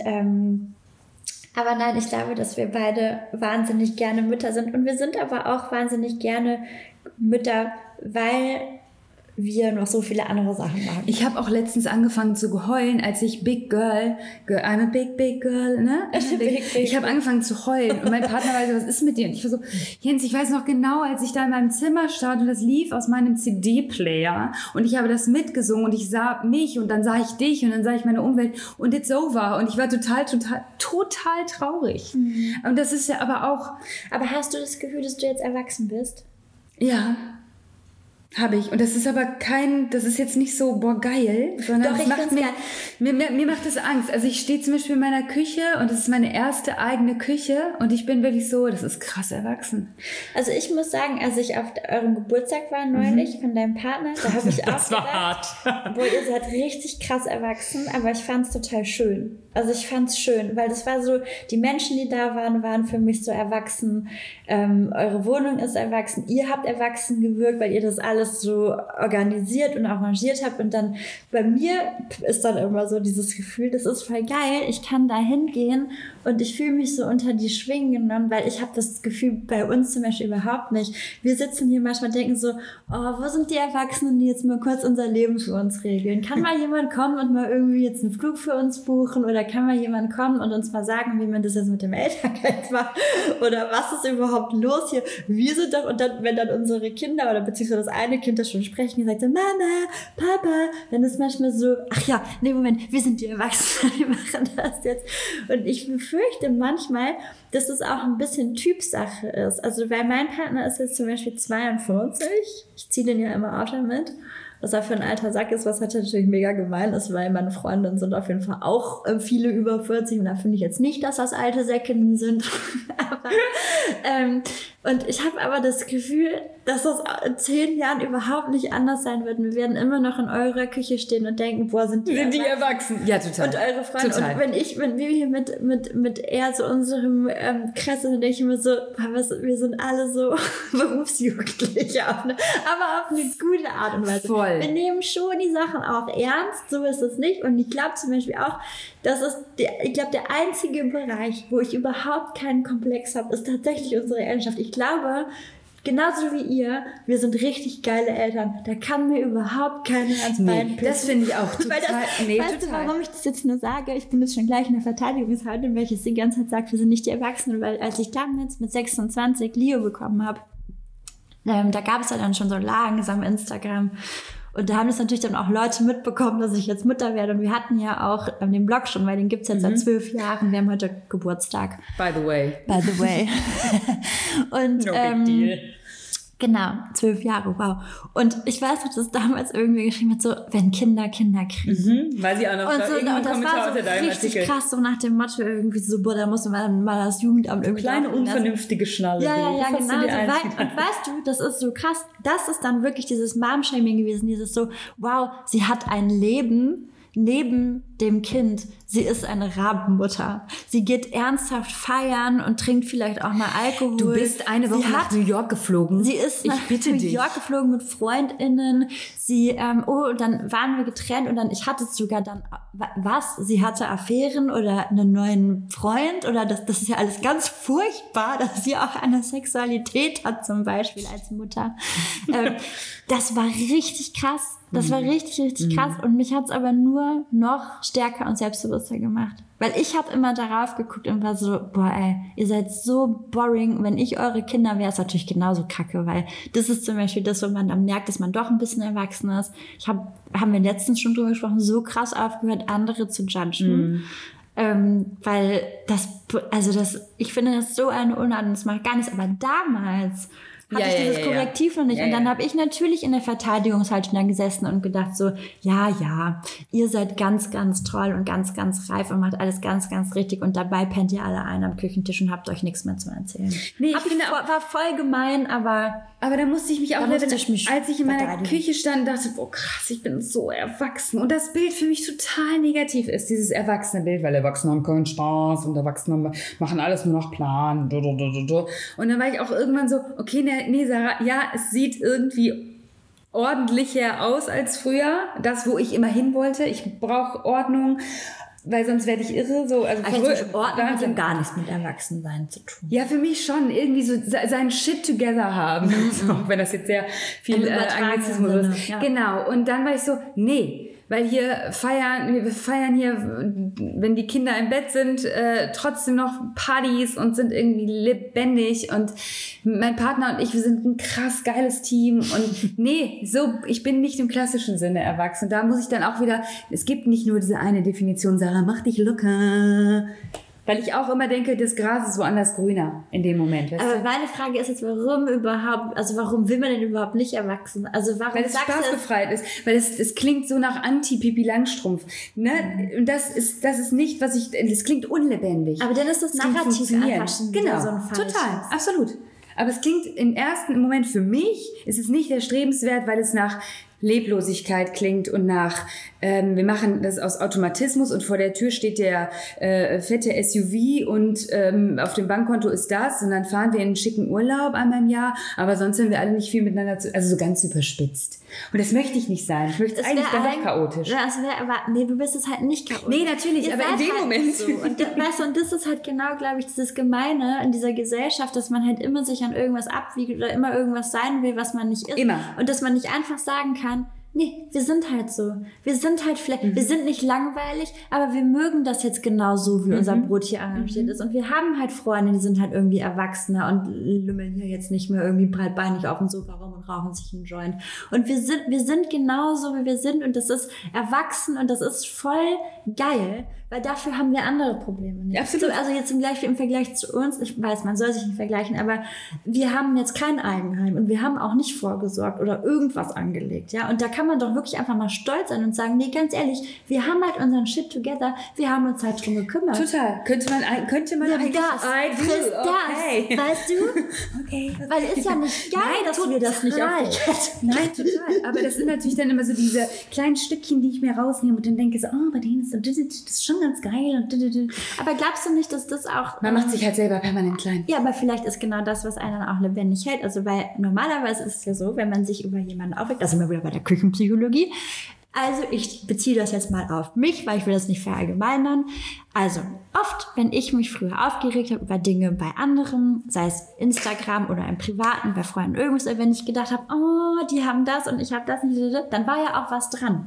aber nein, ich glaube, dass wir beide wahnsinnig gerne Mütter sind. Und wir sind aber auch wahnsinnig gerne Mütter, weil wir noch so viele andere Sachen machen. Ich habe auch letztens angefangen zu heulen, als ich Big Girl, I'm a big girl, ne? Ich habe angefangen zu heulen und mein Partner war so, was ist mit dir? Und ich war so, Jens, ich weiß noch genau, als ich da in meinem Zimmer stand und das lief aus meinem CD-Player und ich habe das mitgesungen und ich sah mich und dann sah ich dich und dann sah ich meine Umwelt und it's over und ich war total traurig. Und das ist ja aber auch... Aber hast du das Gefühl, dass du jetzt erwachsen bist? Ja. Habe ich. Und das ist aber das ist jetzt nicht so, boah, geil, sondern Doch, mir macht das Angst. Also ich stehe zum Beispiel in meiner Küche und das ist meine erste eigene Küche und ich bin wirklich so, das ist krass erwachsen. Also ich muss sagen, als ich auf eurem Geburtstag war neulich von deinem Partner, da habe ich auch das war hart. Boah, ihr seid richtig krass erwachsen, aber ich fand es total schön. Also ich fand es schön, weil das war so, die Menschen, die da waren für mich so erwachsen. Eure Wohnung ist erwachsen, ihr habt erwachsen gewirkt, weil ihr das alles alles so organisiert und arrangiert habe. Und dann bei mir ist dann immer so dieses Gefühl, das ist voll geil, ich kann da hingehen und ich fühle mich so unter die Schwingen genommen, weil ich habe das Gefühl bei uns zum Beispiel überhaupt nicht. Wir sitzen hier manchmal und denken so, oh, wo sind die Erwachsenen, die jetzt mal kurz unser Leben für uns regeln? Kann mal jemand kommen und mal irgendwie jetzt einen Flug für uns buchen oder kann mal jemand kommen und uns mal sagen, wie man das jetzt mit dem Elterngeld macht oder was ist überhaupt los hier? Wir sind doch, und dann, wenn dann unsere Kinder oder beziehungsweise das eine Kind das schon sprechen, die sagt so, Mama, Papa, dann ist manchmal so, ach ja, nee, Moment, wir sind die Erwachsenen, die machen das jetzt. Und ich befürchte manchmal, dass es auch ein bisschen Typsache ist. Also, weil mein Partner ist jetzt zum Beispiel 42, ich ziehe den ja immer Auto mit, was er für ein alter Sack ist, was halt natürlich mega gemein ist, weil meine Freundinnen sind auf jeden Fall auch viele über 40 und da finde ich jetzt nicht, dass das alte Säckinnen sind. Und ich habe aber das Gefühl, dass das in 10 Jahren überhaupt nicht anders sein wird. Wir werden immer noch in eurer Küche stehen und denken, boah, sind die erwachsen? Ja, total. Und eure Freunde. Total. Und wenn wir hier mit eher so unserem Kresse, dann denke ich mir so, wir sind alle so Berufsjugendliche, aber auf eine gute Art und Weise. Voll. Wir nehmen schon die Sachen auch ernst, so ist es nicht. Und ich glaube zum Beispiel auch, das ist der einzige Bereich, wo ich überhaupt keinen Komplex habe, ist tatsächlich unsere Elternschaft. Ich glaube, genauso wie ihr, wir sind richtig geile Eltern. Da kann mir überhaupt keiner ans Bein pissen. Das finde ich auch total. Weißt du, warum ich das jetzt nur sage? Ich bin jetzt schon gleich in der Verteidigungshaltung, weil ich es die ganze Zeit sage, wir sind nicht die Erwachsenen. Weil als ich damals mit 26 Leo bekommen habe, da gab es ja dann schon so langsam Instagram. Und da haben das natürlich dann auch Leute mitbekommen, dass ich jetzt Mutter werde. Und wir hatten ja auch den Blog schon, weil den gibt's jetzt seit 12 Jahren. Wir haben heute Geburtstag. By the way. Und, no big deal. Genau, 12 Jahre, wow. Und ich weiß noch, dass damals irgendwie geschrieben hat, so, wenn Kinder kriegen. Weil sie auch noch und so, irgendeinen das Kommentar war so unter deinem richtig Artikel. krass, so nach dem Motto irgendwie so, boah, da muss man mal das Jugendamt irgendwie Kleine laufen lassen. unvernünftige Schnalle. Ja, Das hast genau. du dir So, eingetragen. und weißt du, das ist so krass. Das ist dann wirklich dieses Mom-Shaming gewesen, dieses so, wow, sie hat ein Leben neben dem Kind. Sie ist eine Rabenmutter. Sie geht ernsthaft feiern und trinkt vielleicht auch mal Alkohol. Du bist eine Woche nach New York geflogen. Sie ist nach New York geflogen mit FreundInnen. Sie, dann waren wir getrennt und dann, ich hatte sogar dann, was? Sie hatte Affären oder einen neuen Freund oder das ist ja alles ganz furchtbar, dass sie auch eine Sexualität hat zum Beispiel als Mutter. Das war richtig krass. Das war richtig krass und mich hat's aber nur noch stärker und selbstbewusster gemacht. Weil ich habe immer darauf geguckt und war so, boah ey, ihr seid so boring. Wenn ich eure Kinder wäre, ist natürlich genauso kacke, weil das ist zum Beispiel das, wo man dann merkt, dass man doch ein bisschen erwachsen ist. Haben wir letztens schon drüber gesprochen, so krass aufgehört, andere zu judgen. Weil ich finde das so eine Unordnung, das macht gar nichts. Aber damals hatte ich dieses Korrektiv noch nicht. Und dann habe ich natürlich in der Verteidigungshaltung da gesessen und gedacht so, ja, ihr seid ganz, ganz toll und ganz, ganz reif und macht alles ganz, ganz richtig und dabei pennt ihr alle ein am Küchentisch und habt euch nichts mehr zu erzählen. Nee, war voll gemein, aber da musste ich mich auch als ich in meiner Küche stand, dachte, boah krass, ich bin so erwachsen. Und das Bild für mich total negativ ist, dieses erwachsene Bild, weil Erwachsene haben keinen Spaß und Erwachsene machen alles nur nach Plan. Und dann war ich auch irgendwann so, okay, nee, Sarah, ja, es sieht irgendwie ordentlicher aus als früher. Das, wo ich immer hin wollte. Ich brauche Ordnung, weil sonst werde ich irre. So, Ordnung hat ja gar nichts mit Erwachsensein zu tun. Ja, für mich schon. Irgendwie so sein Shit together haben. So, wenn das jetzt sehr viel Anglizismus ist. Ja. Genau. Und dann war ich so, nee. Weil wir feiern hier, wenn die Kinder im Bett sind, trotzdem noch Partys und sind irgendwie lebendig und mein Partner und ich, wir sind ein krass geiles Team und ich bin nicht im klassischen Sinne erwachsen. Da muss ich dann auch wieder, es gibt nicht nur diese eine Definition, Sarah, mach dich locker. Weil ich auch immer denke, das Gras ist woanders grüner in dem Moment. Weißt du? Meine Frage ist jetzt, warum will man denn überhaupt nicht erwachsen? Also warum weil es spaßbefreit ist. Weil es klingt so nach Anti-Pippi Langstrumpf. Ne? Und das ist nicht, das klingt unlebendig. Aber dann ist das Narrativ einfach schon genau, so ein Fall. Total, absolut. Aber es klingt im ersten Moment für mich, ist es nicht erstrebenswert, weil es nach Leblosigkeit klingt und nach, wir machen das aus Automatismus und vor der Tür steht der fette SUV und auf dem Bankkonto ist das und dann fahren wir in einen schicken Urlaub einmal im Jahr, aber sonst sind wir alle nicht viel miteinander also so ganz überspitzt. Und das möchte ich nicht sein. Ich möchte es eigentlich dann doch chaotisch. Das wäre aber, nee, du bist es halt nicht chaotisch. Nee, natürlich, aber in dem Moment. So. Und das ist halt genau, glaube ich, dieses Gemeine in dieser Gesellschaft, dass man halt immer sich an irgendwas abwiegt oder immer irgendwas sein will, was man nicht ist. Immer. Und dass man nicht einfach sagen kann, nee, wir sind halt so. Wir sind halt vielleicht, wir sind nicht langweilig, aber wir mögen das jetzt genau so, wie unser Brot hier arrangiert ist. Und wir haben halt Freunde, die sind halt irgendwie erwachsener und lümmeln hier jetzt nicht mehr irgendwie breitbeinig auf dem Sofa rum und rauchen sich einen Joint. Und wir sind genauso, wie wir sind und das ist erwachsen und das ist voll geil, weil dafür haben wir andere Probleme nicht. Absolut. So, also jetzt im Vergleich zu uns, ich weiß, man soll sich nicht vergleichen, aber wir haben jetzt kein Eigenheim und wir haben auch nicht vorgesorgt oder irgendwas angelegt, ja. Und da kann man doch wirklich einfach mal stolz sein und sagen, nee, ganz ehrlich, wir haben halt unseren Shit together, wir haben uns halt drum gekümmert. Total. Könnte man eigentlich... Okay. Weißt du? Okay. Weil ist ja nicht geil, dass wir das nicht aufgeklärt. Nein, total. Aber das sind natürlich dann immer so diese kleinen Stückchen, die ich mir rausnehme und dann denke so, bei denen ist das ist schon ganz geil. Aber glaubst du nicht, dass das auch... Man macht sich halt selber permanent klein. Ja, aber vielleicht ist genau das, was einen auch lebendig hält. Also weil normalerweise ist es ja so, wenn man sich über jemanden aufregt, da sind wir wieder bei der Küchenpsychologie. Also ich beziehe das jetzt mal auf mich, weil ich will das nicht verallgemeinern. Also oft, wenn ich mich früher aufgeregt habe über Dinge bei anderen, sei es Instagram oder im Privaten, bei Freunden irgendwas, wenn ich gedacht habe, die haben das und ich habe das nicht, dann war ja auch was dran.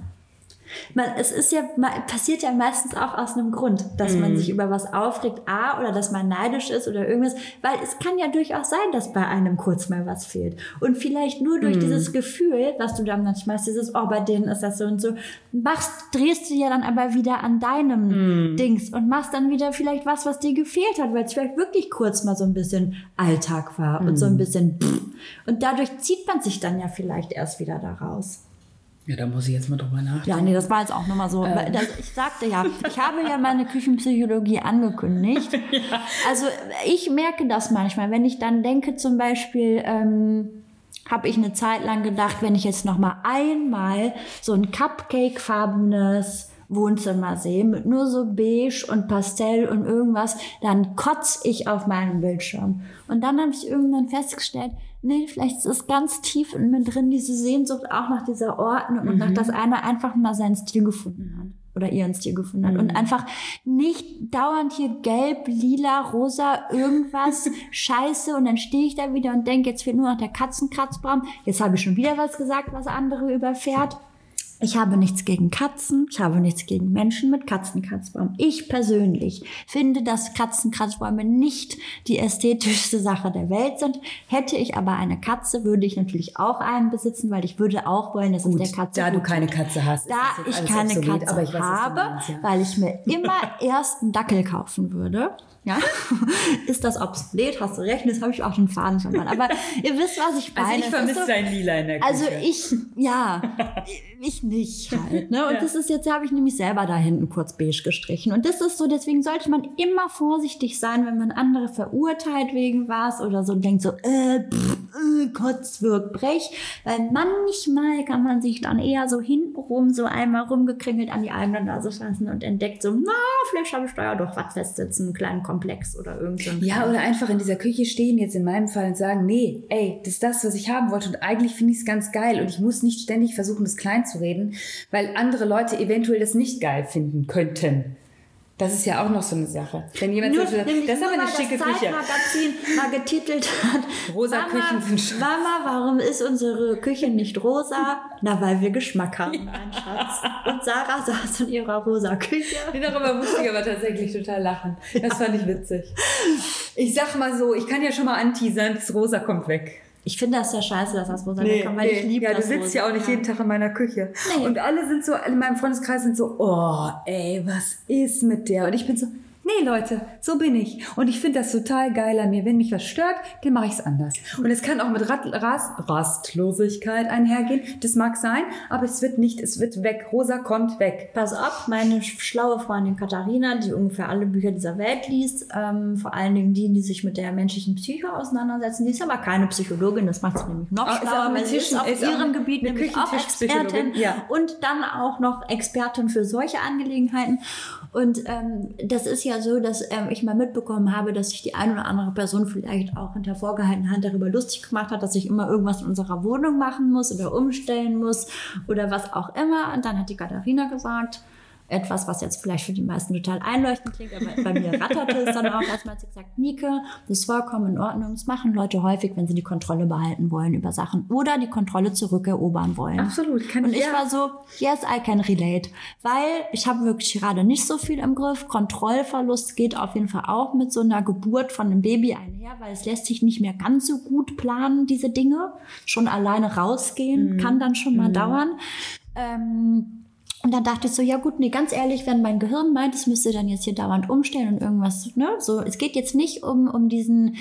Es ist ja, passiert ja meistens auch aus einem Grund, dass man sich über was aufregt, oder dass man neidisch ist oder irgendwas, weil es kann ja durchaus sein, dass bei einem kurz mal was fehlt. Und vielleicht nur durch dieses Gefühl, was du dann manchmal hast, dieses, bei denen ist das so und so, drehst du ja dann aber wieder an deinem Dings und machst dann wieder vielleicht was dir gefehlt hat, weil es vielleicht wirklich kurz mal so ein bisschen Alltag war und so ein bisschen und dadurch zieht man sich dann ja vielleicht erst wieder da raus. Ja, da muss ich jetzt mal drüber nachdenken. Ja, nee, das war jetzt auch nochmal so. Ich sagte ja, ich habe ja meine Küchenpsychologie angekündigt. Ja. Also ich merke das manchmal, wenn ich dann denke zum Beispiel, habe ich eine Zeit lang gedacht, wenn ich jetzt nochmal einmal so ein Cupcake-farbenes Wohnzimmer sehe, mit nur so beige und Pastell und irgendwas, dann kotze ich auf meinen Bildschirm. Und dann habe ich irgendwann festgestellt, nee, vielleicht ist es ganz tief in mir drin, diese Sehnsucht auch nach dieser Ordnung und nach, dass einer einfach mal seinen Stil gefunden hat. Oder ihren Stil gefunden hat. Und einfach nicht dauernd hier gelb, lila, rosa, irgendwas, Scheiße. Und dann stehe ich da wieder und denke, jetzt fehlt nur noch der Katzenkratzbaum. Jetzt habe ich schon wieder was gesagt, was andere überfährt. Ich habe nichts gegen Katzen, ich habe nichts gegen Menschen mit Katzenkratzbaum. Ich persönlich finde, dass Katzenkratzbäume nicht die ästhetischste Sache der Welt sind. Hätte ich aber eine Katze, würde ich natürlich auch einen besitzen, weil ich würde auch wollen, dass es der Katze da du keine Katze hast. Da ich keine Katze aber ich weiß, habe, meinst, ja. weil ich mir immer erst einen Dackel kaufen würde. Ja, ist das obsolet? Hast du recht, das habe ich auch den Faden schon mal. Aber ihr wisst, was ich meine. Also ich vermisse dein Lila in der Küche. Also ich nicht halt. Ne? Und das ist jetzt, habe ich nämlich selber da hinten kurz beige gestrichen. Und das ist so, deswegen sollte man immer vorsichtig sein, wenn man andere verurteilt wegen was oder so und denkt so, Kotz wirkt Brech. Weil manchmal kann man sich dann eher so hintenrum so einmal rumgekringelt an die eigene Nase fassen und entdeckt so, vielleicht habe ich da ja doch was festsitzen, einen kleinen Komplex oder irgendwas. Ja, oder einfach in dieser Küche stehen, jetzt in meinem Fall, und sagen, nee, ey, das ist das, was ich haben wollte und eigentlich finde ich es ganz geil und ich muss nicht ständig versuchen, das klein zu reden, weil andere Leute eventuell das nicht geil finden könnten. Das ist ja auch noch so eine Sache. Wenn jemand sagt, das ist aber eine schicke das Küche. Zeitmagazin mal getitelt hat, Rosa Küchen sind schön. Mama, warum ist unsere Küche nicht rosa? Na, weil wir Geschmack haben, mein Schatz. Und Sarah saß in ihrer rosa Küche. Darüber musste ich aber tatsächlich total lachen. Das fand ich witzig. Ich sag mal so, ich kann ja schon mal anteasern, das Rosa kommt weg. Ich finde das ja scheiße, dass das rosa wegkommt, weil ich liebe das. Ja, du sitzt rosa. ja auch nicht jeden Tag in meiner Küche. Nee. Und alle sind so, in meinem Freundeskreis sind so, ey, was ist mit der? Und ich bin so, Nee, Leute, so bin ich. Und ich finde das total geil an mir. Wenn mich was stört, dann mache ich es anders. Und es kann auch mit Rastlosigkeit einhergehen. Das mag sein, aber es wird weg. Rosa kommt weg. Pass auf, meine schlaue Freundin Katharina, die ungefähr alle Bücher dieser Welt liest, vor allen Dingen die sich mit der menschlichen Psyche auseinandersetzen, die ist aber keine Psychologin, das macht sie nämlich noch schlauer, weil sie ist auf ihrem Gebiet nämlich auch Expertin und dann auch noch Expertin für solche Angelegenheiten. Und das ist ja so, dass ich mal mitbekommen habe, dass sich die eine oder andere Person vielleicht auch hinter vorgehaltener Hand darüber lustig gemacht hat, dass ich immer irgendwas in unserer Wohnung machen muss oder umstellen muss oder was auch immer. Und dann hat die Katharina gesagt, etwas, was jetzt vielleicht für die meisten total einleuchtend klingt, aber bei mir ratterte es dann auch erstmal, sie gesagt, Nike, das ist vollkommen in Ordnung. Das machen Leute häufig, wenn sie die Kontrolle behalten wollen über Sachen oder die Kontrolle zurückerobern wollen. Absolut. Und ich war so, yes, I can relate. Weil ich habe wirklich gerade nicht so viel im Griff. Kontrollverlust geht auf jeden Fall auch mit so einer Geburt von einem Baby einher, weil es lässt sich nicht mehr ganz so gut planen, diese Dinge. Schon alleine rausgehen kann dann schon mal dauern. Und dann dachte ich so, ja gut, nee, ganz ehrlich, wenn mein Gehirn meint, es müsste dann jetzt hier dauernd umstellen und irgendwas, ne, so, es geht jetzt nicht um diesen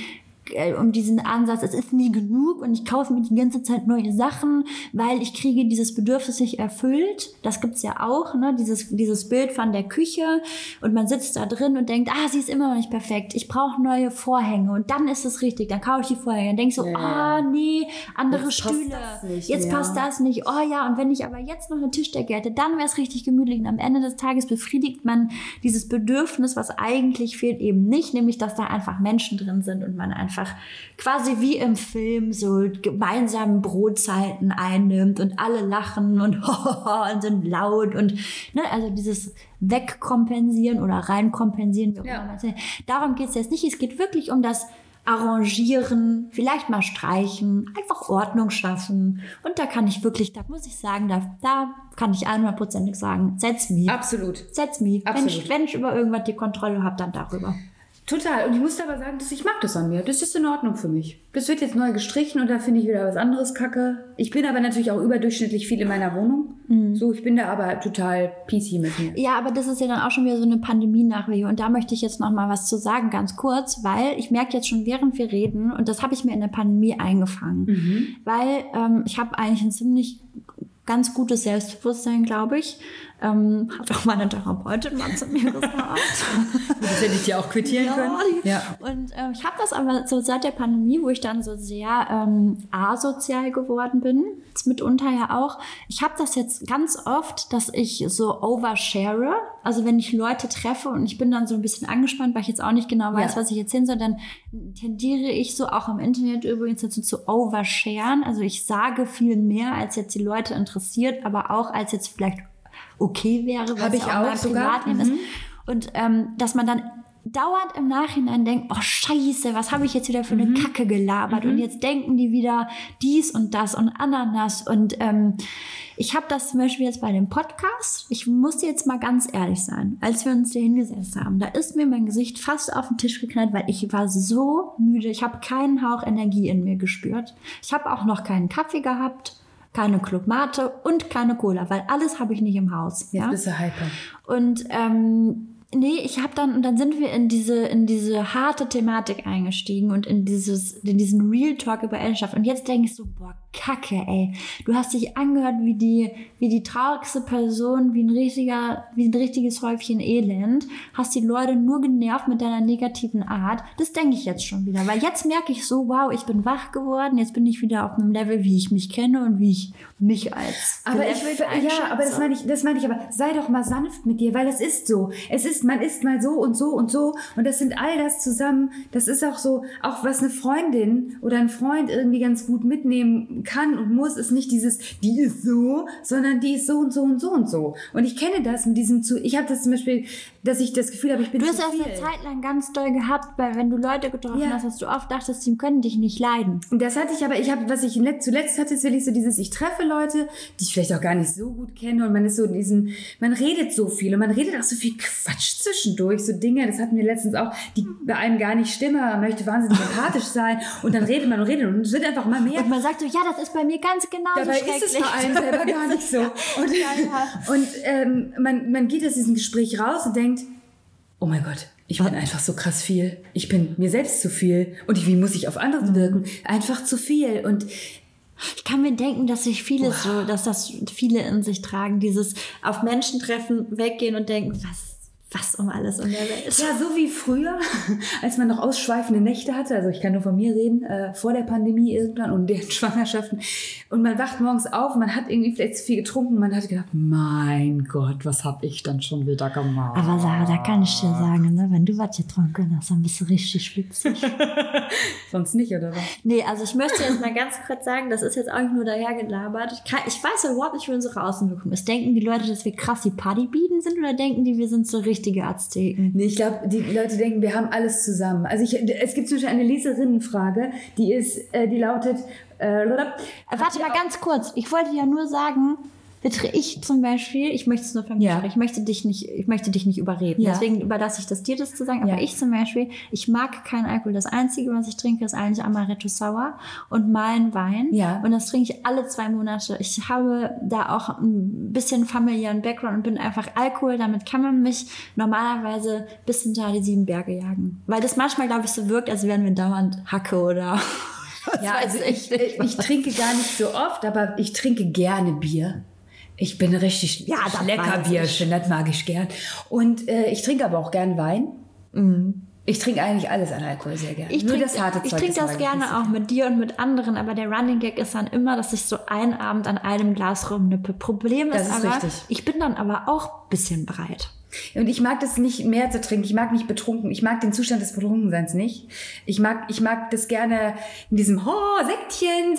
Ansatz, es ist nie genug und ich kaufe mir die ganze Zeit neue Sachen, weil ich kriege dieses Bedürfnis nicht erfüllt. Das gibt's ja auch, ne? Dieses Bild von der Küche und man sitzt da drin und denkt, sie ist immer noch nicht perfekt. Ich brauche neue Vorhänge und dann ist es richtig. Dann kaufe ich die Vorhänge und denke so, nee, andere jetzt Stühle. Jetzt passt das nicht. Oh ja, und wenn ich aber jetzt noch eine Tischdecke hätte, dann wäre es richtig gemütlich. Und am Ende des Tages befriedigt man dieses Bedürfnis, was eigentlich fehlt, eben nicht, nämlich dass da einfach Menschen drin sind und man einfach quasi wie im Film so gemeinsam Brotzeiten einnimmt und alle lachen und sind laut und also dieses Wegkompensieren oder reinkompensieren. Darum geht es jetzt nicht. Es geht wirklich um das Arrangieren, vielleicht mal streichen, einfach Ordnung schaffen. Und da kann ich wirklich, da muss ich sagen, da kann ich 100%ig sagen, that's me. Absolut. That's me. Absolut. Wenn ich über irgendwas die Kontrolle habe, dann darüber. Total. Und ich muss aber sagen, dass ich mag das an mir. Das ist in Ordnung für mich. Das wird jetzt neu gestrichen und da finde ich wieder was anderes kacke. Ich bin aber natürlich auch überdurchschnittlich viel in meiner Wohnung. So, ich bin da aber total PC mit mir. Ja, aber das ist ja dann auch schon wieder so eine Pandemie-Nachwehen. Und da möchte ich jetzt noch mal was zu sagen, ganz kurz, weil ich merke jetzt schon, während wir reden, und das habe ich mir in der Pandemie eingefangen, weil ich habe eigentlich ein ziemlich ganz gutes Selbstbewusstsein, glaube ich. Hat auch meine Therapeutin mal zu mir gesagt. Das hätte ich dir auch quittieren können. Ja. Und ich habe das aber so seit der Pandemie, wo ich dann so sehr asozial geworden bin, mitunter ja auch. Ich habe das jetzt ganz oft, dass ich so overshare. Also wenn ich Leute treffe und ich bin dann so ein bisschen angespannt, weil ich jetzt auch nicht genau weiß, was ich erzählen soll, dann tendiere ich so auch im Internet übrigens dazu zu oversharen. Also ich sage viel mehr, als jetzt die Leute interessiert, aber auch als jetzt vielleicht okay wäre, weil es auch mein Privatleben ist. Und dass man dann dauernd im Nachhinein denkt, oh Scheiße, was habe ich jetzt wieder für eine Kacke gelabert und jetzt denken die wieder dies und das und Ananas und ich habe das zum Beispiel jetzt bei dem Podcast, ich muss jetzt mal ganz ehrlich sein, als wir uns hier hingesetzt haben, da ist mir mein Gesicht fast auf den Tisch geknallt, weil ich war so müde, ich habe keinen Hauch Energie in mir gespürt. Ich habe auch noch keinen Kaffee gehabt, keine Club Mate und keine Cola, weil alles habe ich nicht im Haus. Jetzt bist du hyper. Und ich habe dann sind wir in diese harte Thematik eingestiegen und in diesen Real Talk über Elternschaft. Und jetzt denke ich so, boah, Kacke, ey. Du hast dich angehört wie die traurigste Person, wie ein richtiges Häufchen Elend. Hast die Leute nur genervt mit deiner negativen Art. Das denke ich jetzt schon wieder. Weil jetzt merke ich so, wow, ich bin wach geworden. Jetzt bin ich wieder auf einem Level, wie ich mich kenne und wie ich mich als aber das meine ich, aber sei doch mal sanft mit dir, weil es ist so. Man ist mal so und so und so und das sind all das zusammen. Das ist auch so, auch was eine Freundin oder ein Freund irgendwie ganz gut mitnehmen kann und muss, ist nicht dieses, die ist so, sondern die ist so und so und so und so. Und ich kenne das mit diesem ich habe das zum Beispiel, dass ich das Gefühl habe, ich bin zu viel. Du hast das eine Zeit lang ganz doll gehabt, weil wenn du Leute getroffen hast, dass du oft dachtest, die können dich nicht leiden. Und das hatte ich aber, was ich zuletzt hatte, ist wirklich so dieses, ich treffe Leute, die ich vielleicht auch gar nicht so gut kenne und man ist so in diesem, man redet so viel und man redet auch so viel Quatsch zwischendurch, so Dinge, das hatten wir letztens auch, die bei einem gar nicht stimmen, man möchte wahnsinnig empathisch sein und dann redet man und es wird einfach mal mehr. Und man sagt so, ja, das ist bei mir ganz genauso dabei schrecklich. Ist es bei einem selber gar nicht so. Und man geht aus diesem Gespräch raus und denkt, oh mein Gott, Ich bin einfach so krass viel. Ich bin mir selbst zu viel. Und wie muss ich auf andere wirken? Einfach zu viel. Und ich kann mir denken, dass dass das viele in sich tragen. Dieses auf Menschen treffen, weggehen und denken, was um alles in der Welt. ja, so wie früher, als man noch ausschweifende Nächte hatte, also ich kann nur von mir reden, vor der Pandemie irgendwann und deren Schwangerschaften. Und man wacht morgens auf, man hat irgendwie vielleicht zu viel getrunken, man hat gedacht, mein Gott, was habe ich dann schon wieder gemacht? Aber Sarah, da kann ich dir sagen, ne, wenn du was getrunken hast, dann bist du richtig schwitzig. Sonst nicht, oder was? Nee, also ich möchte jetzt mal ganz kurz sagen, das ist jetzt auch nicht nur dahergelabert. Ich weiß ja überhaupt nicht, wie unsere Außenwirkung ist. Denken die Leute, dass wir krass die Partybienen sind oder denken die, wir sind so richtige Azteken? Nee, ich glaube, die Leute denken, wir haben alles zusammen. Also es gibt zum Beispiel eine Leserinnenfrage, die lautet... Warte mal ganz kurz. Ich wollte ja nur sagen, ich zum Beispiel, ich möchte es nur von mir sprechen, ich möchte dich nicht überreden. Ja. Deswegen überlasse ich das dir, das zu sagen. Aber ich zum Beispiel, ich mag keinen Alkohol. Das Einzige, was ich trinke, ist eigentlich Amaretto Sour und mal ein Wein. Ja. Und das trinke ich alle 2 Monate. Ich habe da auch ein bisschen familiären Background und bin einfach Alkohol. Damit kann man mich normalerweise bis hinter die 7 Berge jagen. Weil das manchmal, glaube ich, so wirkt, als wären wir dauernd Hacke oder... Ja, also ich trinke gar nicht so oft, aber ich trinke gerne Bier. Ich bin richtig lecker Bierchen, das mag ich gern. Und ich trinke aber auch gern Wein. Ich trinke eigentlich alles an Alkohol sehr gerne. Ich trinke das gerne auch mit dir und mit anderen, aber der Running Gag ist dann immer, dass ich so einen Abend an einem Glas rumnippe. Problem ist aber, ich bin dann aber auch ein bisschen breit. Und ich mag das nicht mehr zu trinken. Ich mag nicht betrunken. Ich mag den Zustand des Betrunkenseins nicht. Ich mag das gerne in diesem Säckchen.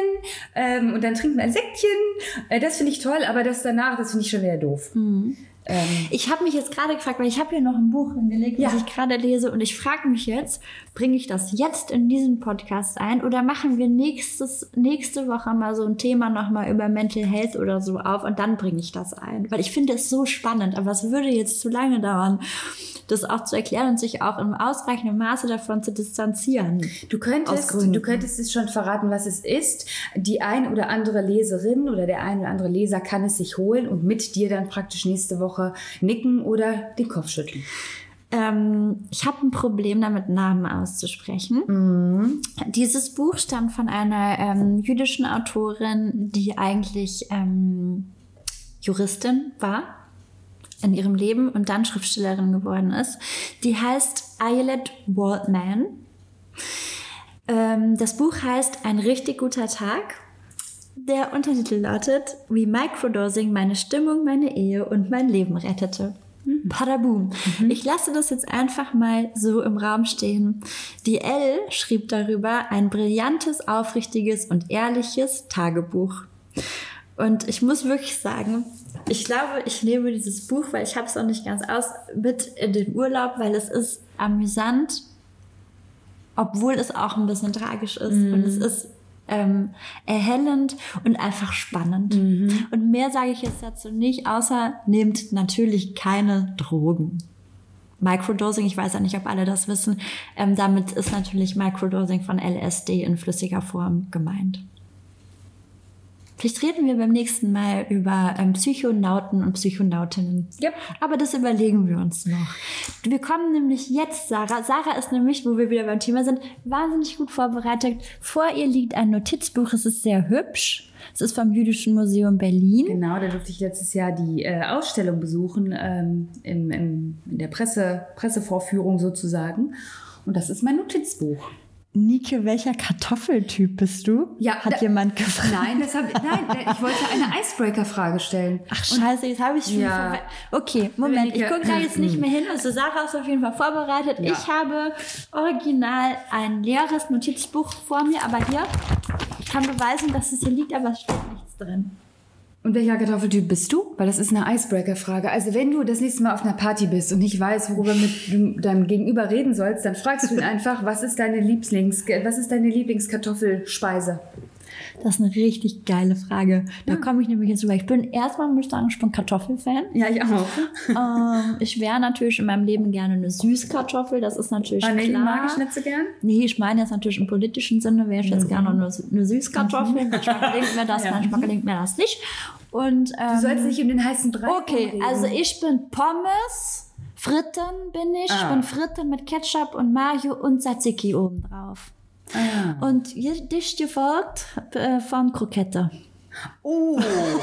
Und dann trinken wir ein Säckchen. Das finde ich toll, aber das danach, das finde ich schon wieder doof. Ich habe mich jetzt gerade gefragt, weil ich habe hier noch ein Buch hingelegt, was ich gerade lese, und ich frage mich jetzt, bringe ich das jetzt in diesen Podcast ein oder machen wir nächste Woche mal so ein Thema nochmal über Mental Health oder so auf und dann bringe ich das ein, weil ich finde es so spannend, aber es würde jetzt zu lange dauern, das auch zu erklären und sich auch im ausreichenden Maße davon zu distanzieren. Du könntest es schon verraten, was es ist. Die ein oder andere Leserin oder der ein oder andere Leser kann es sich holen und mit dir dann praktisch nächste Woche nicken oder den Kopf schütteln. Ich habe ein Problem damit, Namen auszusprechen. Dieses Buch stammt von einer jüdischen Autorin, die eigentlich Juristin war in ihrem Leben und dann Schriftstellerin geworden ist. Die heißt Ayelet Waldman. Das Buch heißt Ein richtig guter Tag. Der Untertitel lautet, wie Microdosing meine Stimmung, meine Ehe und mein Leben rettete. Padaboom. Ich lasse das jetzt einfach mal so im Raum stehen. Die Elle schrieb darüber ein brillantes, aufrichtiges und ehrliches Tagebuch. Und ich muss wirklich sagen, ich glaube, ich nehme dieses Buch, weil ich habe es auch nicht ganz aus, mit in den Urlaub, weil es ist amüsant, obwohl es auch ein bisschen tragisch ist. Und es ist erhellend und einfach spannend. Und mehr sage ich jetzt dazu nicht, außer nehmt natürlich keine Drogen. Microdosing, ich weiß ja nicht, ob alle das wissen, damit ist natürlich Microdosing von LSD in flüssiger Form gemeint. Vielleicht reden wir beim nächsten Mal über Psychonauten und Psychonautinnen. Yep. Aber das überlegen wir uns noch. Wir kommen nämlich jetzt, Sarah. Sarah ist nämlich, wo wir wieder beim Thema sind, wahnsinnig gut vorbereitet. Vor ihr liegt ein Notizbuch. Es ist sehr hübsch. Es ist vom Jüdischen Museum Berlin. Genau, da durfte ich letztes Jahr die Ausstellung besuchen, in der Pressevorführung sozusagen. Und das ist mein Notizbuch. Nike, welcher Kartoffeltyp bist du? Ja, hat jemand gefragt? Nein, ich wollte eine Icebreaker-Frage stellen. Ach scheiße, jetzt habe ich schon Okay, Moment, ich gucke da jetzt nicht mehr hin. Also Sarah ist auf jeden Fall vorbereitet. Ja. Ich habe original ein leeres Notizbuch vor mir, aber hier, ich kann beweisen, dass es hier liegt, aber es steht nichts drin. Und welcher Kartoffeltyp bist du? Weil das ist eine Icebreaker-Frage. Also wenn du das nächste Mal auf einer Party bist und nicht weißt, worüber mit deinem Gegenüber reden sollst, dann fragst du ihn einfach, was ist deine Lieblingskartoffelspeise? Das ist eine richtig geile Frage. Da komme ich nämlich jetzt rüber. Ich bin erstmal, muss ich sagen, ich bin Kartoffelfan. Ja, ich auch. Ich wäre natürlich in meinem Leben gerne eine Süßkartoffel. Das ist natürlich klar. Die mag ich nicht so gern? Nee, ich meine jetzt natürlich im politischen Sinne wäre ich jetzt gerne eine Süßkartoffel. Manchmal gelingt mir das, manchmal gelingt mir das nicht. Und, du sollst nicht um den heißen Brei reden. Also ich bin Pommes, Fritten bin ich. Ich bin Fritten mit Ketchup und Mayo und Tzatziki obendrauf. Und dich gefolgt von Krokette. Oh,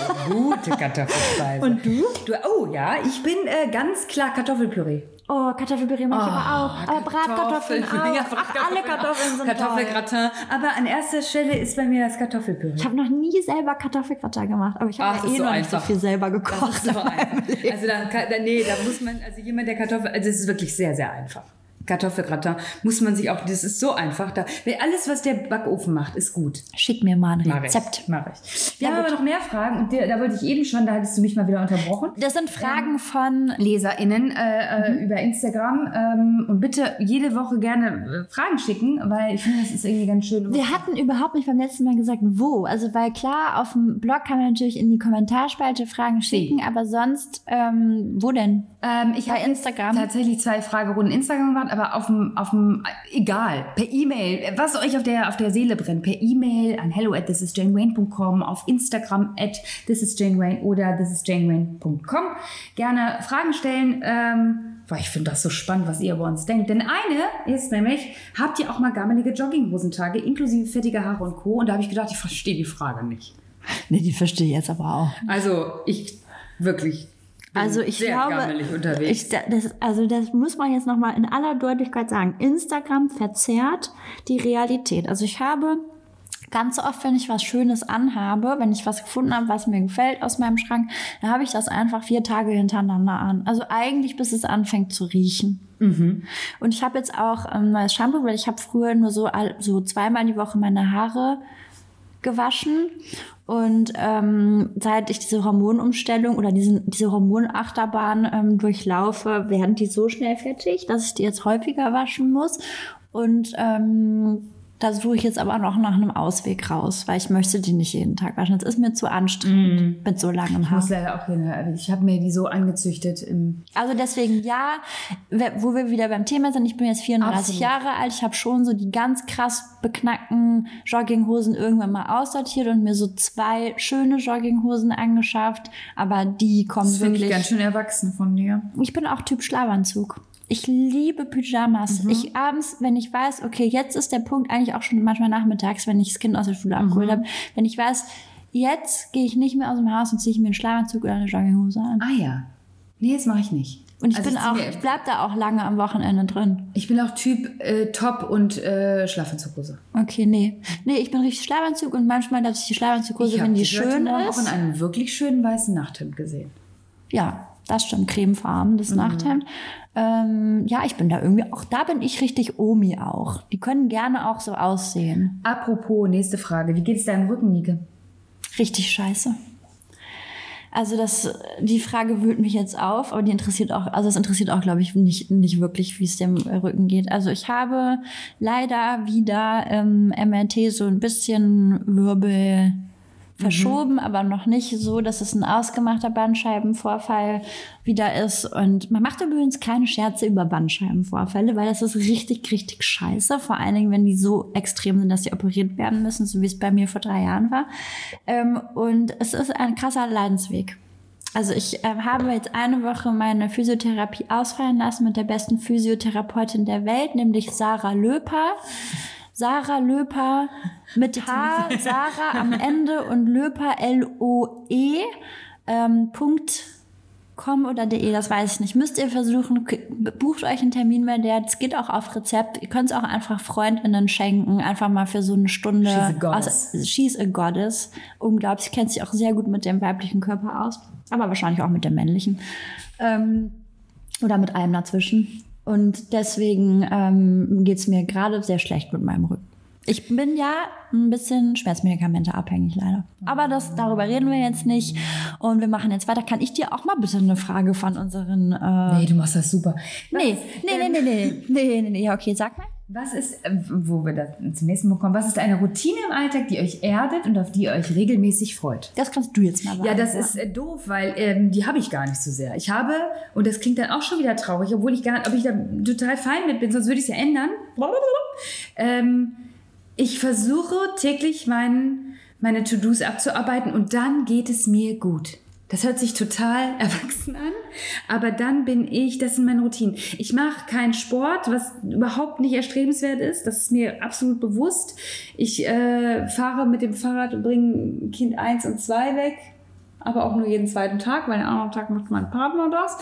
gute Kartoffelspeise. Und du? Oh ja, ich bin ganz klar Kartoffelpüree. Oh, Kartoffelpüree mache ich aber auch. Aber Bratkartoffeln auch. Ja, Alle Kartoffeln sind Kartoffelgratin. Aber an erster Stelle ist bei mir das Kartoffelpüree. Ich habe noch nie selber Kartoffelgratin gemacht, aber ich habe ja noch nicht so viel selber gekocht. Das ist so einfach. Also da muss man, also jemand, der also es ist wirklich sehr, sehr einfach. Kartoffelgratin muss man sich auch, das ist so einfach. Alles, was der Backofen macht, ist gut. Schick mir mal ein Rezept. Mach ich. Wir haben aber noch mehr Fragen und da wollte ich eben schon, da hattest du mich mal wieder unterbrochen. Das sind Fragen von LeserInnen über Instagram und bitte jede Woche gerne Fragen schicken, weil ich finde, das ist irgendwie ganz schön. Wir hatten überhaupt nicht beim letzten Mal gesagt, wo. Also weil klar, auf dem Blog kann man natürlich in die Kommentarspalte Fragen schicken, aber sonst, wo denn? Ich habe Instagram tatsächlich 2 Fragerunden Instagram gemacht, aber auf dem egal, per E-Mail, was euch auf der Seele brennt, per E-Mail an hello@thisisjanewayne.com, auf Instagram @thisisjanewayne oder thisisjanewayne.com. Gerne Fragen stellen, weil ich finde das so spannend, was ihr über uns denkt. Denn eine ist nämlich, habt ihr auch mal gammelige Jogginghosentage inklusive fettiger Haare und Co.? Und da habe ich gedacht, ich verstehe die Frage nicht. Nee, die verstehe ich jetzt aber auch. Also ich wirklich... Also ich sehr gammelig unterwegs. Das muss man jetzt nochmal in aller Deutlichkeit sagen. Instagram verzerrt die Realität. Also ich habe ganz oft, wenn ich was Schönes anhabe, wenn ich was gefunden habe, was mir gefällt aus meinem Schrank, dann habe ich das einfach 4 Tage hintereinander an. Also eigentlich, bis es anfängt zu riechen. Mhm. Und ich habe jetzt auch ein neues Shampoo, weil ich habe früher nur so 2-mal die Woche meine Haare gewaschen. Und seit ich diese Hormonumstellung oder diese Hormonachterbahn durchlaufe, werden die so schnell fertig, dass ich die jetzt häufiger waschen muss. Und da suche ich jetzt aber noch nach einem Ausweg raus, weil ich möchte die nicht jeden Tag waschen. Das ist mir zu anstrengend mit so langem Haar. Ich muss leider auch ich habe mir die so angezüchtet. Also deswegen ja, wo wir wieder beim Thema sind, ich bin jetzt 34 Jahre alt, ich habe schon so die ganz krass beknackten Jogginghosen irgendwann mal aussortiert und mir so 2 schöne Jogginghosen angeschafft, aber die kommen das wirklich... Das finde ich ganz schön erwachsen von dir. Ich bin auch Typ Schlafanzug. Ich liebe Pyjamas. Ich abends, wenn ich weiß, okay, jetzt ist der Punkt, eigentlich auch schon manchmal nachmittags, wenn ich das Kind aus der Schule abgeholt habe, wenn ich weiß, jetzt gehe ich nicht mehr aus dem Haus und ziehe ich mir einen Schlafanzug oder eine Jogginghose an. Ah ja. Nee, das mache ich nicht. Und ich bleib da auch lange am Wochenende drin. Ich bin auch Typ Top und Schlafanzughose. Okay, nee. Nee, ich bin richtig Schlafanzug und manchmal lasse ich die Schlafanzughose, wenn die schön ist. Ich habe auch in einem wirklich schönen weißen Nachthemd gesehen. Ja, das stimmt, cremefarben, das Nachthemd. Ja, ich bin da irgendwie, auch da bin ich richtig Omi auch. Die können gerne auch so aussehen. Apropos, nächste Frage. Wie geht es deinem Rücken, Nike? Richtig scheiße. Also die Frage wühlt mich jetzt auf, aber es interessiert auch, glaube ich, nicht wirklich, wie es dem Rücken geht. Also ich habe leider wieder im MRT so ein bisschen Wirbel verschoben, aber noch nicht so, dass es ein ausgemachter Bandscheibenvorfall wieder ist. Und man macht übrigens keine Scherze über Bandscheibenvorfälle, weil das ist richtig, richtig scheiße. Vor allen Dingen, wenn die so extrem sind, dass die operiert werden müssen, so wie es bei mir vor 3 Jahren war. Und es ist ein krasser Leidensweg. Also ich habe jetzt eine Woche meine Physiotherapie ausfallen lassen mit der besten Physiotherapeutin der Welt, nämlich Sarah Löper. Sarah Löper mit H, Sarah am Ende und Löper LOE .com oder .de, das weiß ich nicht. Müsst ihr versuchen, bucht euch einen Termin bei der, das geht auch auf Rezept. Ihr könnt es auch einfach FreundInnen schenken, einfach mal für so eine Stunde. She's a Goddess. Unglaublich, kennt sich auch sehr gut mit dem weiblichen Körper aus, aber wahrscheinlich auch mit dem männlichen. Oder mit allem dazwischen. Und deswegen geht's mir gerade sehr schlecht mit meinem Rücken. Ich bin ja ein bisschen Schmerzmedikamente abhängig, leider. Aber darüber reden wir jetzt nicht. Und wir machen jetzt weiter. Kann ich dir auch mal bitte eine Frage von unseren... Nee, du machst das super. Nee. Ja, okay, sag mal. Was ist, wo wir da zum nächsten Mal kommen, was ist eine Routine im Alltag, die euch erdet und auf die ihr euch regelmäßig freut? Das kannst du jetzt mal sagen. Ja, das ist doof, weil die habe ich gar nicht so sehr. Ich habe, und das klingt dann auch schon wieder traurig, ob ich da total fein mit bin, sonst würde ich es ja ändern. Ich versuche täglich meine To-Dos abzuarbeiten und dann geht es mir gut. Das hört sich total erwachsen an, aber dann das sind meine Routinen. Ich mache keinen Sport, was überhaupt nicht erstrebenswert ist, das ist mir absolut bewusst. Ich fahre mit dem Fahrrad und bringe Kind 1 und 2 weg, aber auch nur jeden zweiten Tag, weil den anderen Tag macht mein Partner das.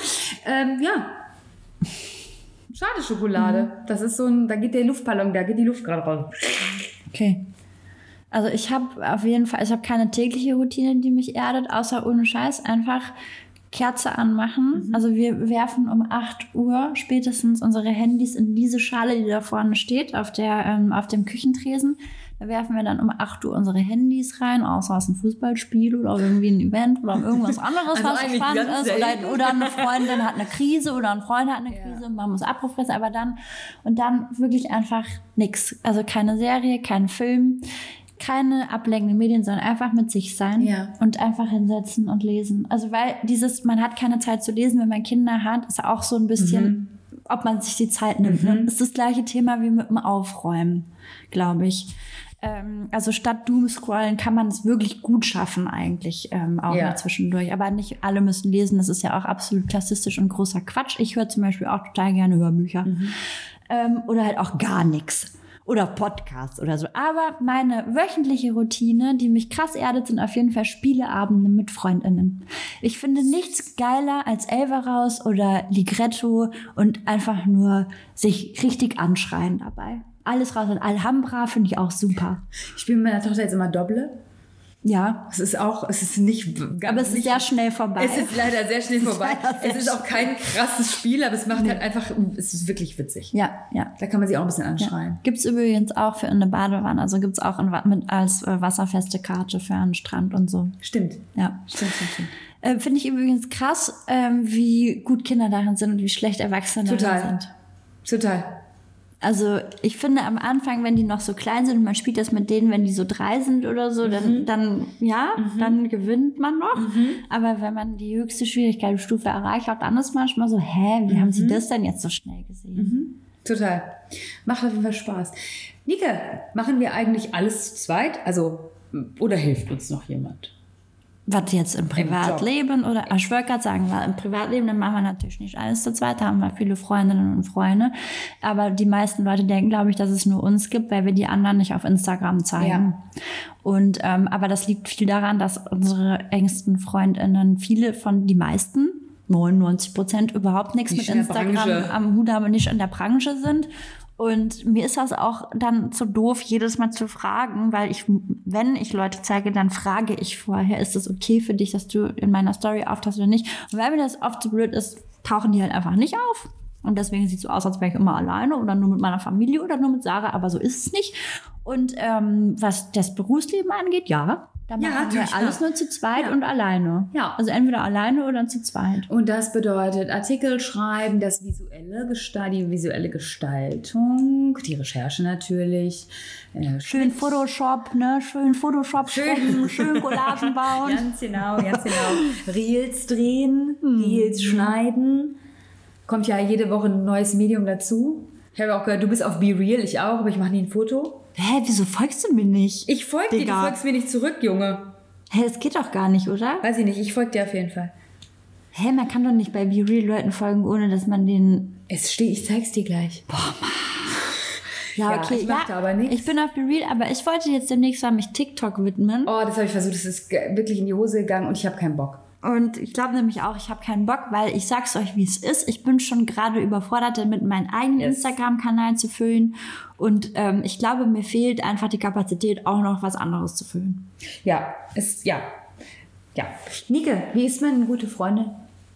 Schade Schokolade. Das ist da geht der Luftballon, da geht die Luft gerade raus. Okay. Also ich habe auf jeden Fall, ich habe keine tägliche Routine, die mich erdet, außer ohne Scheiß einfach Kerze anmachen. Also wir werfen um 8 Uhr spätestens unsere Handys in diese Schale, die da vorne steht, auf dem Küchentresen. Da werfen wir dann um 8 Uhr unsere Handys rein, außer es ist ein Fußballspiel oder irgendwie ein Event oder irgendwas anderes, was spannend ist. Oder eine Freundin hat eine Krise oder ein Freund hat eine Krise und man muss Abruf fressen. Aber dann wirklich einfach nix. Also keine Serie, kein Film, keine ablenkenden Medien, sondern einfach mit sich sein und einfach hinsetzen und lesen. Also weil man hat keine Zeit zu lesen, wenn man Kinder hat, ist auch so ein bisschen, ob man sich die Zeit nimmt. Ne? Ist das gleiche Thema wie mit dem Aufräumen, glaube ich. Also statt Doomscrollen kann man es wirklich gut schaffen eigentlich auch mal zwischendurch. Aber nicht alle müssen lesen, das ist ja auch absolut klassistisch und großer Quatsch. Ich höre zum Beispiel auch total gerne Hörbücher. Oder halt auch gar nichts. Oder Podcasts oder so. Aber meine wöchentliche Routine, die mich krass erdet, sind auf jeden Fall Spieleabende mit FreundInnen. Ich finde nichts geiler als Elva raus oder Ligretto und einfach nur sich richtig anschreien dabei. Alles raus. Und Alhambra finde ich auch super. Ich spiele mit meiner Tochter jetzt immer Doble. Ja. Es ist nicht... Aber es ist sehr schnell vorbei. Es ist leider sehr schnell vorbei. Es ist auch kein krasses Spiel, aber es macht halt einfach... Es ist wirklich witzig. Ja. Da kann man sich auch ein bisschen anschreien. Ja. Gibt's übrigens auch für eine Badewanne. Also gibt's auch als wasserfeste Karte für einen Strand und so. Stimmt. Ja. Stimmt. Finde ich übrigens krass, wie gut Kinder darin sind und wie schlecht Erwachsene darin sind. Total. Also ich finde am Anfang, wenn die noch so klein sind und man spielt das mit denen, wenn die so 3 sind oder so, dann gewinnt man noch. Aber wenn man die höchste Schwierigkeitsstufe erreicht, auch dann ist manchmal so, wie haben sie das denn jetzt so schnell gesehen? Total. Macht auf jeden Fall Spaß. Nike, machen wir eigentlich alles zu zweit? Also, oder hilft uns noch jemand? Was jetzt im Privatleben oder, ich wollte gerade sagen, im Privatleben, dann machen wir natürlich nicht alles zu zweit, da haben wir viele Freundinnen und Freunde, aber die meisten Leute denken, glaube ich, dass es nur uns gibt, weil wir die anderen nicht auf Instagram zeigen. Und, aber das liegt viel daran, dass unsere engsten Freundinnen, die meisten, 99% überhaupt nichts mit Instagram am Hut haben und nicht in der Branche sind. Und mir ist das auch dann zu doof, jedes Mal zu fragen, weil wenn ich Leute zeige, dann frage ich vorher, ist es okay für dich, dass du in meiner Story auftauchst oder nicht? Und weil mir das oft so blöd ist, tauchen die halt einfach nicht auf. Und deswegen sieht es so aus, als wäre ich immer alleine oder nur mit meiner Familie oder nur mit Sarah, aber so ist es nicht. Und was das Berufsleben angeht, da machen wir alles nur zu zweit und alleine. Ja. Also entweder alleine oder zu zweit. Und das bedeutet Artikel schreiben, die visuelle Gestaltung, die Recherche natürlich. Schön Photoshop, ne? Schön Photoshop schreiben, schön Collagen bauen. Ganz genau. Reels drehen, Reels schneiden. Kommt ja jede Woche ein neues Medium dazu. Ich habe auch gehört, du bist auf Be Real, ich auch, aber ich mache nie ein Foto. Wieso folgst du mir nicht? Ich folge dir, du folgst mir nicht zurück, Junge. Das geht doch gar nicht, oder? Weiß ich nicht, ich folge dir auf jeden Fall. Man kann doch nicht bei Be Real Leuten folgen, ohne dass man den... Ich zeig's dir gleich. Boah, Mann. Ja, okay. Ich mach da aber nichts. Ich bin auf Be Real, aber ich wollte jetzt demnächst mal mich TikTok widmen. Oh, das habe ich versucht, das ist wirklich in die Hose gegangen und ich habe keinen Bock. Und ich glaube nämlich auch, ich habe keinen Bock, weil ich sag's euch, wie es ist. Ich bin schon gerade überfordert damit, meinen eigenen Instagram-Kanal zu füllen. Und ich glaube, mir fehlt einfach die Kapazität, auch noch was anderes zu füllen. Ja. Nike, wie ist man eine gute Freundin?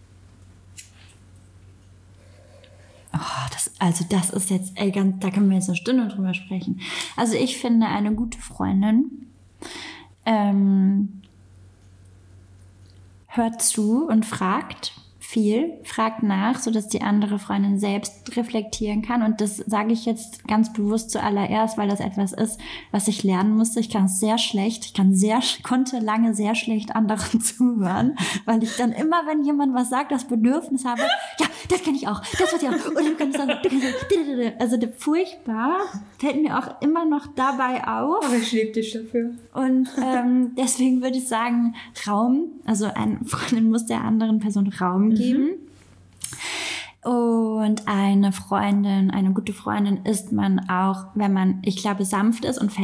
Das ist jetzt, da können wir jetzt eine Stunde drüber sprechen. Also ich finde, eine gute Freundin hört zu und fragt, viel, fragt nach, sodass die andere Freundin selbst reflektieren kann. Und das sage ich jetzt ganz bewusst zuallererst, weil das etwas ist, was ich lernen musste. Ich kann es sehr schlecht. Konnte lange sehr schlecht anderen zuhören, weil ich dann immer, wenn jemand was sagt, das Bedürfnis habe, ja, das kann ich auch, das was ich auch. Und du kannst sagen, also furchtbar, fällt mir auch immer noch dabei auf. Aber ich liebe dich dafür. Und deswegen würde ich sagen, Raum, also eine Freundin muss der anderen Person Raum geben. Und eine gute Freundin ist man auch, wenn man, ich glaube, sanft ist und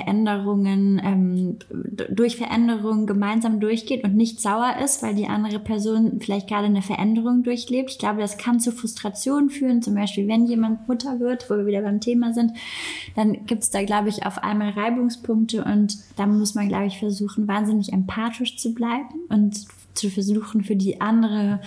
durch Veränderungen gemeinsam durchgeht und nicht sauer ist, weil die andere Person vielleicht gerade eine Veränderung durchlebt. Ich glaube, das kann zu Frustrationen führen. Zum Beispiel, wenn jemand Mutter wird, wo wir wieder beim Thema sind, dann gibt es da, glaube ich, auf einmal Reibungspunkte und da muss man, glaube ich, versuchen, wahnsinnig empathisch zu bleiben und zu versuchen, für die andere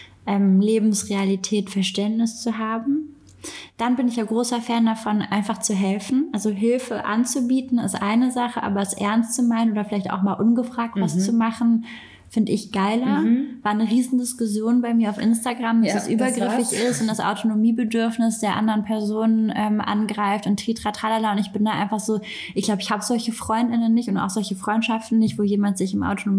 Lebensrealität Verständnis zu haben. Dann bin ich ja großer Fan davon, einfach zu helfen. Also Hilfe anzubieten ist eine Sache, aber es ernst zu meinen oder vielleicht auch mal ungefragt was zu machen, finde ich geiler. War eine Riesendiskussion bei mir auf Instagram, dass es übergriffig ist und das Autonomiebedürfnis der anderen Person angreift und tralala. Und ich bin da einfach so, ich glaube, ich habe solche Freundinnen nicht und auch solche Freundschaften nicht, wo jemand sich im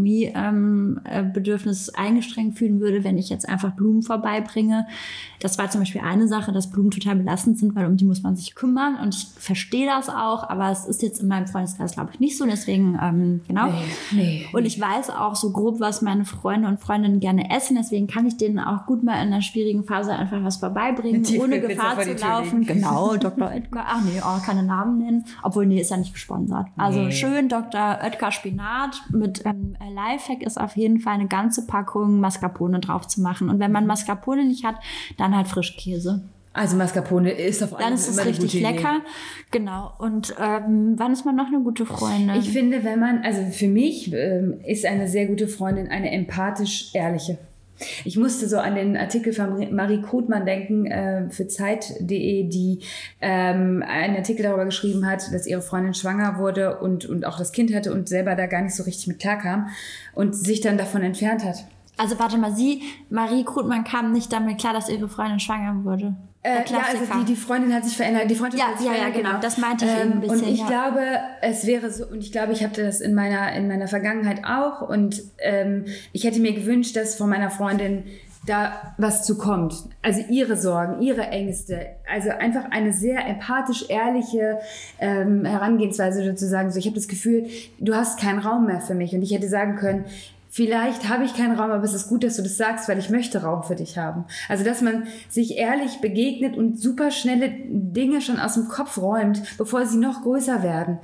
Autonomiebedürfnis eingeschränkt fühlen würde, wenn ich jetzt einfach Blumen vorbeibringe. Das war zum Beispiel eine Sache, dass Blumen total belastend sind, weil um die muss man sich kümmern und ich verstehe das auch, aber es ist jetzt in meinem Freundeskreis, glaube ich, nicht so. Deswegen, genau. Nee. Und ich weiß auch so grob, was meine Freunde und Freundinnen gerne essen. Deswegen kann ich denen auch gut mal in einer schwierigen Phase einfach was vorbeibringen, ohne Gefahr zu laufen. Genau, Dr. Oetker. Ach nee, keine Namen nennen. Obwohl, nee, ist ja nicht gesponsert. Also schön Dr. Oetker Spinat mit Lifehack ist auf jeden Fall eine ganze Packung Mascarpone drauf zu machen. Und wenn man Mascarpone nicht hat, dann halt Frischkäse. Also Mascarpone ist auf dann ist es richtig lecker. Genau. Und wann ist man noch eine gute Freundin? Ich finde, also für mich ist eine sehr gute Freundin eine empathisch ehrliche. Ich musste so an den Artikel von Marie Krugmann denken für Zeit.de, die einen Artikel darüber geschrieben hat, dass ihre Freundin schwanger wurde und auch das Kind hatte und selber da gar nicht so richtig mit klarkam und sich dann davon entfernt hat. Also warte mal, Marie Krugmann kam nicht damit klar, dass ihre Freundin schwanger wurde. Ja, also die Freundin hat sich verändert. Die Freundschaft hat sich verändert, genau. Das meinte ich eben ein bisschen. Und ich glaube, es wäre so, und ich glaube, ich hatte das in meiner Vergangenheit auch. Und ich hätte mir gewünscht, dass von meiner Freundin da was zukommt. Also ihre Sorgen, ihre Ängste. Also einfach eine sehr empathisch ehrliche Herangehensweise sozusagen. So, ich habe das Gefühl, du hast keinen Raum mehr für mich. Und ich hätte sagen können, vielleicht habe ich keinen Raum, aber es ist gut, dass du das sagst, weil ich möchte Raum für dich haben. Also, dass man sich ehrlich begegnet und super schnelle Dinge schon aus dem Kopf räumt, bevor sie noch größer werden.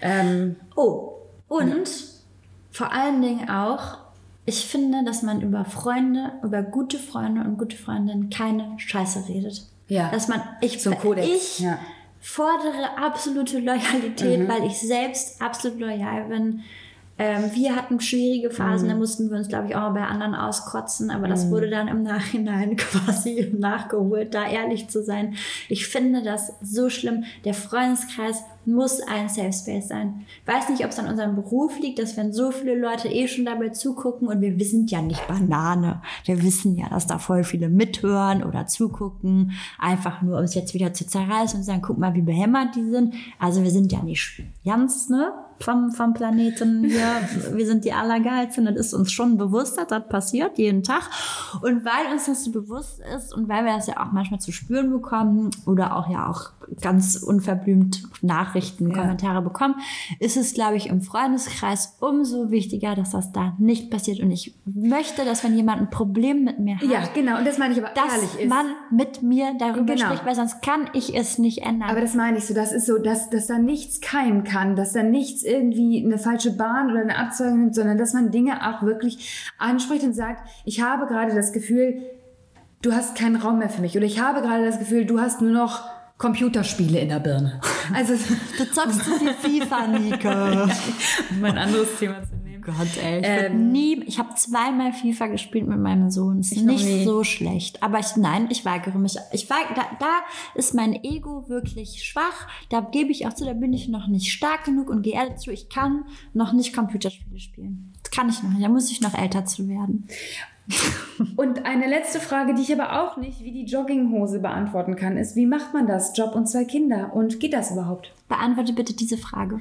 Vor allen Dingen auch, ich finde, dass man über gute Freunde und gute Freundinnen keine Scheiße redet. Ja. Dass man, ich fordere absolute Loyalität, weil ich selbst absolut loyal bin. Wir hatten schwierige Phasen, da mussten wir uns, glaube ich, auch mal bei anderen auskotzen, aber das wurde dann im Nachhinein quasi nachgeholt, da ehrlich zu sein. Ich finde das so schlimm. Der Freundeskreis muss ein Safe Space sein. Weiß nicht, ob es an unserem Beruf liegt, dass wenn so viele Leute schon dabei zugucken und wir sind ja nicht Banane. Wir wissen ja, dass da voll viele mithören oder zugucken, einfach nur, um es jetzt wieder zu zerreißen und sagen, guck mal, wie behämmert die sind. Also wir sind ja nicht ganz, vom Planeten hier. Wir sind die Allergeilsten. Das ist uns schon bewusst, dass das passiert, jeden Tag. Und weil uns das so bewusst ist und weil wir das ja auch manchmal zu spüren bekommen oder auch ganz unverblümt Nachrichten, Kommentare bekommen, ist es, glaube ich, im Freundeskreis umso wichtiger, dass das da nicht passiert. Und ich möchte, dass wenn jemand ein Problem mit mir hat, ja, genau, und das meine ich aber ehrlich ist, man mit mir darüber spricht, weil sonst kann ich es nicht ändern. Aber das meine ich so, das ist so, dass da nichts keimen kann, dass da nichts irgendwie eine falsche Bahn oder eine Abzweigung nimmt, sondern dass man Dinge auch wirklich anspricht und sagt, ich habe gerade das Gefühl, du hast keinen Raum mehr für mich. Oder ich habe gerade das Gefühl, du hast nur noch Computerspiele in der Birne. Also du zockst zu viel FIFA, Nike. Um ein anderes Thema zu nehmen. Gott, ey. Ich habe 2-mal FIFA gespielt mit meinem Sohn. Ist nicht so schlecht. Aber ich weigere mich. Da ist mein Ego wirklich schwach. Da gebe ich auch zu, da bin ich noch nicht stark genug und gehe ehrlich zu, ich kann noch nicht Computerspiele spielen. Das kann ich noch nicht. Da muss ich noch älter zu werden. Und eine letzte Frage, die ich aber auch nicht wie die Jogginghose beantworten kann, ist, wie macht man das? Job und 2 Kinder. Und geht das überhaupt? Beantworte bitte diese Frage.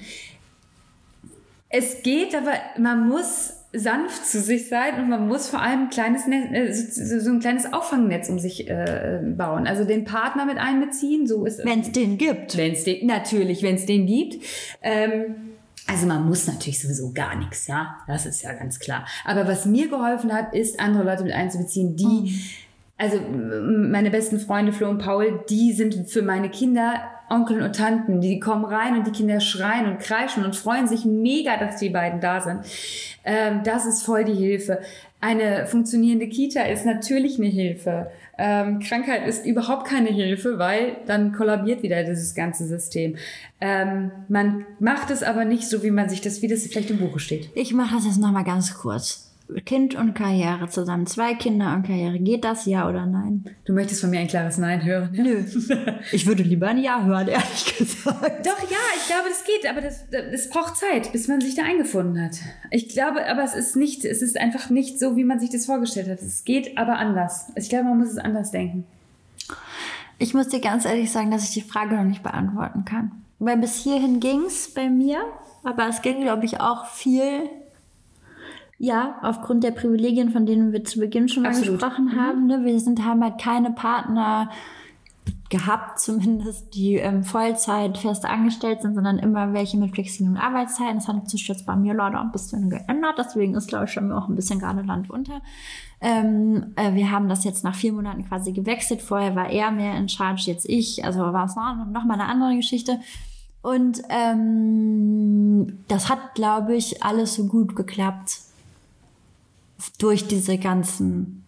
Es geht, aber man muss sanft zu sich sein und man muss vor allem ein kleines so ein kleines Auffangnetz um sich bauen. Also den Partner mit einbeziehen. So ist wenn es den gibt. Natürlich, wenn es den gibt. Also man muss natürlich sowieso gar nichts, ja. Das ist ja ganz klar. Aber was mir geholfen hat, ist, andere Leute mit einzubeziehen, die, also meine besten Freunde Flo und Paul, die sind für meine Kinder Onkel und Tanten. Die kommen rein und die Kinder schreien und kreischen und freuen sich mega, dass die beiden da sind. Das ist voll die Hilfe. Eine funktionierende Kita ist natürlich eine Hilfe. Krankheit ist überhaupt keine Hilfe, weil dann kollabiert wieder dieses ganze System. Man macht es aber nicht so, wie das vielleicht im Buche steht. Ich mache das jetzt nochmal ganz kurz. Kind und Karriere zusammen. 2 Kinder und Karriere. Geht das, ja oder nein? Du möchtest von mir ein klares Nein hören. Nö. Ich würde lieber ein Ja hören, ehrlich gesagt. Doch, ja, ich glaube, das geht, aber das braucht Zeit, bis man sich da eingefunden hat. Ich glaube, aber es ist einfach nicht so, wie man sich das vorgestellt hat. Es geht aber anders. Ich glaube, man muss es anders denken. Ich muss dir ganz ehrlich sagen, dass ich die Frage noch nicht beantworten kann. Weil bis hierhin ging es bei mir, aber es ging, glaube ich, auch viel... Ja, aufgrund der Privilegien, von denen wir zu Beginn schon mal gesprochen haben. Ne? Wir haben halt keine Partner gehabt, zumindest, die Vollzeit fest angestellt sind, sondern immer welche mit flexiblen Arbeitszeiten. Das hat sich jetzt bei mir leider ein bisschen geändert. Deswegen ist, glaube ich, schon auch ein bisschen gerade Land unter. Wir haben das jetzt nach 4 Monaten quasi gewechselt. Vorher war er mehr in Charge, jetzt ich. Also war es noch mal eine andere Geschichte. Und das hat, glaube ich, alles so gut geklappt. Durch diese ganzen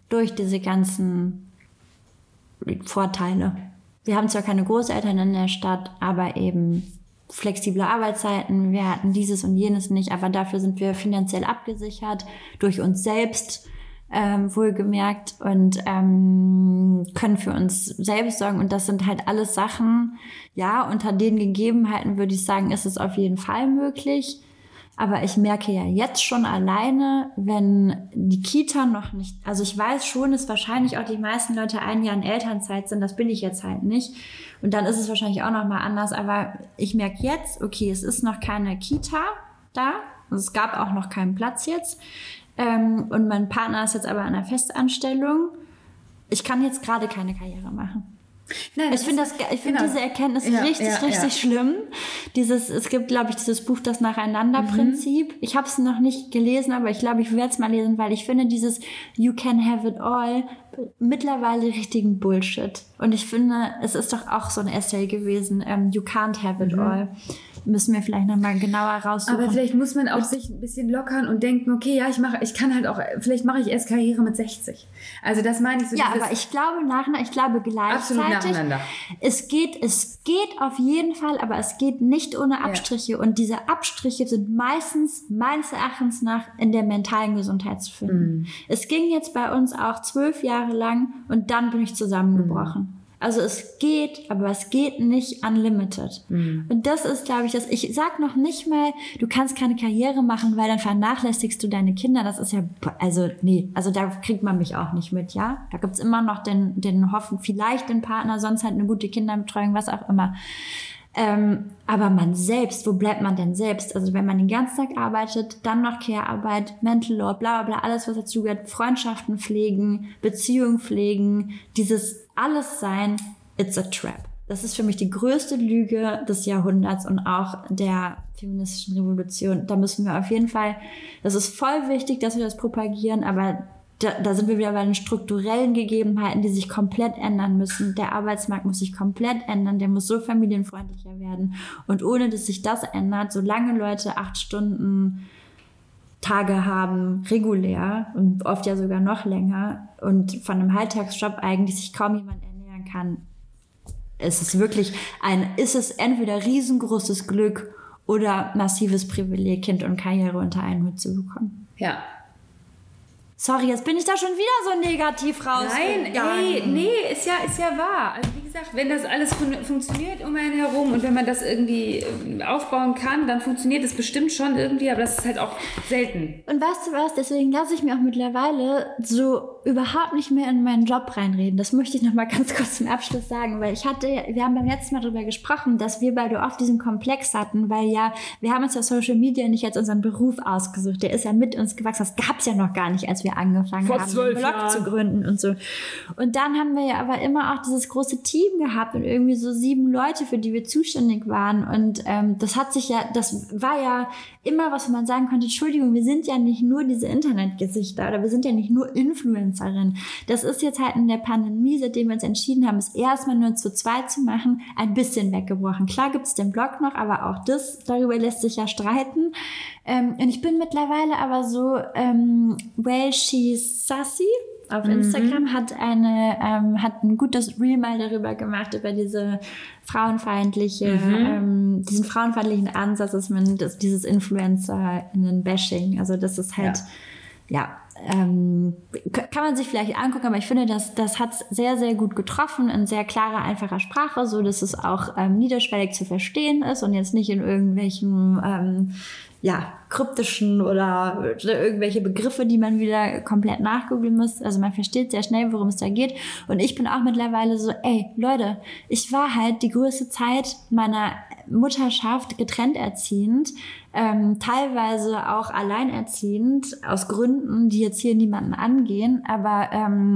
Vorteile. Wir haben zwar keine Großeltern in der Stadt, aber eben flexible Arbeitszeiten. Wir hatten dieses und jenes nicht, aber dafür sind wir finanziell abgesichert durch uns selbst, wohlgemerkt, und können für uns selbst sorgen. Und das sind halt alles Sachen, ja, unter den Gegebenheiten würde ich sagen, ist es auf jeden Fall möglich. Aber ich merke ja jetzt schon alleine, wenn die Kita noch nicht, also ich weiß schon, dass wahrscheinlich auch die meisten Leute 1 Jahr in Elternzeit sind, das bin ich jetzt halt nicht. Und dann ist es wahrscheinlich auch noch mal anders, aber ich merke jetzt, okay, es ist noch keine Kita da, also es gab auch noch keinen Platz jetzt. Und mein Partner ist jetzt aber in einer Festanstellung. Ich kann jetzt gerade keine Karriere machen. Nein, ich finde diese Erkenntnis richtig schlimm. Es gibt, glaube ich, dieses Buch, das Nacheinander-Prinzip. Ich habe es noch nicht gelesen, aber ich glaube, ich werde es mal lesen, weil ich finde dieses You can have it all mittlerweile richtigen Bullshit. Und ich finde, es ist doch auch so ein Essay gewesen, You can't have it all. Müssen wir vielleicht nochmal genauer raussuchen. Aber vielleicht muss man auch sich ein bisschen lockern und denken, okay, ja, vielleicht mache ich erst Karriere mit 60. Also das meine ich so. Ja, aber ich glaube gleichzeitig. Absolut nacheinander. Es geht auf jeden Fall, aber es geht nicht ohne Abstriche. Ja. Und diese Abstriche sind meistens, meines Erachtens nach, in der mentalen Gesundheit zu finden. Es ging jetzt bei uns auch 12 Jahre lang und dann bin ich zusammengebrochen. Also es geht, aber es geht nicht unlimited. Und das ist, glaube ich, ich sag noch nicht mal, du kannst keine Karriere machen, weil dann vernachlässigst du deine Kinder. Das ist ja, also da kriegt man mich auch nicht mit, ja. Da gibt's immer noch den Hoffen, vielleicht den Partner, sonst halt eine gute Kinderbetreuung, was auch immer. Aber man selbst, wo bleibt man denn selbst? Also wenn man den ganzen Tag arbeitet, dann noch Care-Arbeit, Mental Load, bla bla bla, alles was dazu gehört, Freundschaften pflegen, Beziehungen pflegen, dieses alles sein, it's a trap. Das ist für mich die größte Lüge des Jahrhunderts und auch der feministischen Revolution. Da müssen wir auf jeden Fall, das ist voll wichtig, dass wir das propagieren, aber da sind wir wieder bei den strukturellen Gegebenheiten, die sich komplett ändern müssen. Der Arbeitsmarkt muss sich komplett ändern, der muss so familienfreundlicher werden. Und ohne dass sich das ändert, solange Leute 8 Stunden Tage haben, regulär und oft ja sogar noch länger und von einem Halbtagsjob eigentlich sich kaum jemand ernähren kann, ist es entweder riesengroßes Glück oder massives Privileg, Kind und Karriere unter einen Hut zu bekommen. Ja. Sorry, jetzt bin ich da schon wieder so negativ raus. Nein, nee, ist ja wahr. Also wie gesagt, gesagt, wenn das alles funktioniert um einen herum und wenn man das irgendwie aufbauen kann, dann funktioniert es bestimmt schon irgendwie, aber das ist halt auch selten. Und weißt du was, deswegen lasse ich mir auch mittlerweile so überhaupt nicht mehr in meinen Job reinreden. Das möchte ich noch mal ganz kurz zum Abschluss sagen, weil wir haben beim letzten Mal darüber gesprochen, dass wir beide oft diesen Komplex hatten, weil ja, wir haben uns ja Social Media nicht als unseren Beruf ausgesucht. Der ist ja mit uns gewachsen. Das gab es ja noch gar nicht, als wir angefangen haben, einen Blog zu gründen und so. Und dann haben wir ja aber immer auch dieses große Team gehabt und irgendwie so 7 Leute, für die wir zuständig waren. Und das war ja immer, was man sagen konnte, Entschuldigung, wir sind ja nicht nur diese Internetgesichter oder wir sind ja nicht nur Influencerin. Das ist jetzt halt in der Pandemie, seitdem wir uns entschieden haben, es erstmal nur zu zweit zu machen, ein bisschen weggebrochen. Klar gibt es den Blog noch, aber auch darüber lässt sich ja streiten. Und ich bin mittlerweile aber so, well, she's sassy. Auf Instagram hat ein gutes Reel mal darüber gemacht, über diese diesen frauenfeindlichen Ansatz, dieses InfluencerInnen-Bashing. Also das ist halt, kann man sich vielleicht angucken, aber ich finde, das hat es sehr, sehr gut getroffen, in sehr klarer, einfacher Sprache, so dass es auch niederschwellig zu verstehen ist und jetzt nicht in irgendwelchen kryptischen oder irgendwelche Begriffe, die man wieder komplett nachgoogeln muss. Also man versteht sehr schnell, worum es da geht. Und ich bin auch mittlerweile so, ey, Leute, ich war halt die größte Zeit meiner Mutterschaft getrennt erziehend, teilweise auch alleinerziehend, aus Gründen, die jetzt hier niemanden angehen. Aber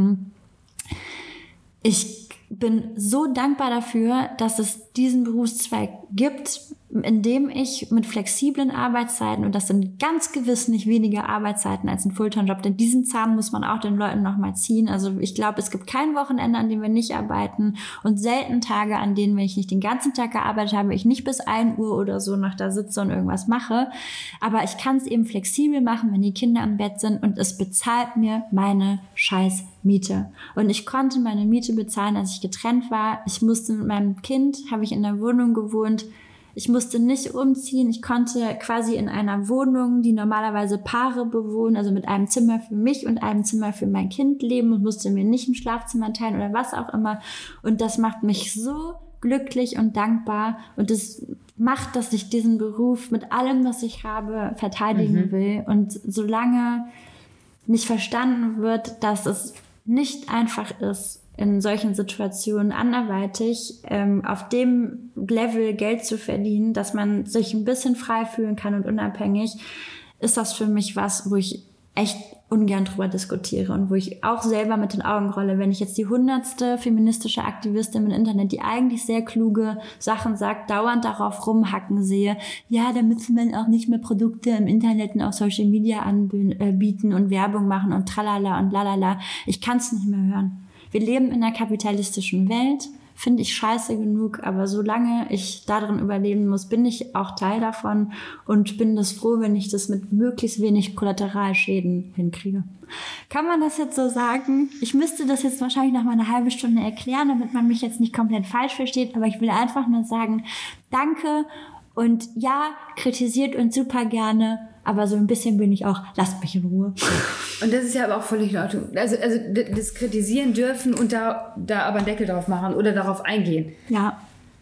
ich bin so dankbar dafür, dass es diesen Berufszweig gibt, in dem ich mit flexiblen Arbeitszeiten, und das sind ganz gewiss nicht weniger Arbeitszeiten als ein Fulltime-Job, denn diesen Zahn muss man auch den Leuten nochmal ziehen. Also ich glaube, es gibt kein Wochenende, an dem wir nicht arbeiten und selten Tage, an denen, wenn ich nicht den ganzen Tag gearbeitet habe, ich nicht bis 1 Uhr oder so noch da sitze und irgendwas mache. Aber ich kann es eben flexibel machen, wenn die Kinder im Bett sind, und es bezahlt mir meine scheiß Miete. Und ich konnte meine Miete bezahlen, als ich getrennt war. Ich musste mit meinem Kind, habe ich in der Wohnung gewohnt. Ich musste nicht umziehen. Ich konnte quasi in einer Wohnung, die normalerweise Paare bewohnen, also mit einem Zimmer für mich und einem Zimmer für mein Kind leben, und musste mir nicht ein Schlafzimmer teilen oder was auch immer. Und das macht mich so glücklich und dankbar. Und das macht, dass ich diesen Beruf mit allem, was ich habe, verteidigen will. Und solange nicht verstanden wird, dass es nicht einfach ist, in solchen Situationen anderweitig auf dem Level Geld zu verdienen, dass man sich ein bisschen frei fühlen kann und unabhängig, ist das für mich was, wo ich echt ungern drüber diskutiere und wo ich auch selber mit den Augen rolle, wenn ich jetzt die 100. feministische Aktivistin im Internet, die eigentlich sehr kluge Sachen sagt, dauernd darauf rumhacken sehe, ja, da müssen wir auch nicht mehr Produkte im Internet und auf Social Media anbieten und Werbung machen und tralala und lalala. Ich kann es nicht mehr hören. Wir leben in einer kapitalistischen Welt, finde ich scheiße genug, aber solange ich darin überleben muss, bin ich auch Teil davon und bin das froh, wenn ich das mit möglichst wenig Kollateralschäden hinkriege. Kann man das jetzt so sagen? Ich müsste das jetzt wahrscheinlich noch mal eine halbe Stunde erklären, damit man mich jetzt nicht komplett falsch versteht, aber ich will einfach nur sagen, danke und ja, kritisiert uns super gerne, aber so ein bisschen bin ich auch, lasst mich in Ruhe. Und das ist ja aber auch völlig in Ordnung. Also das kritisieren dürfen und da aber einen Deckel drauf machen oder darauf eingehen. Ja.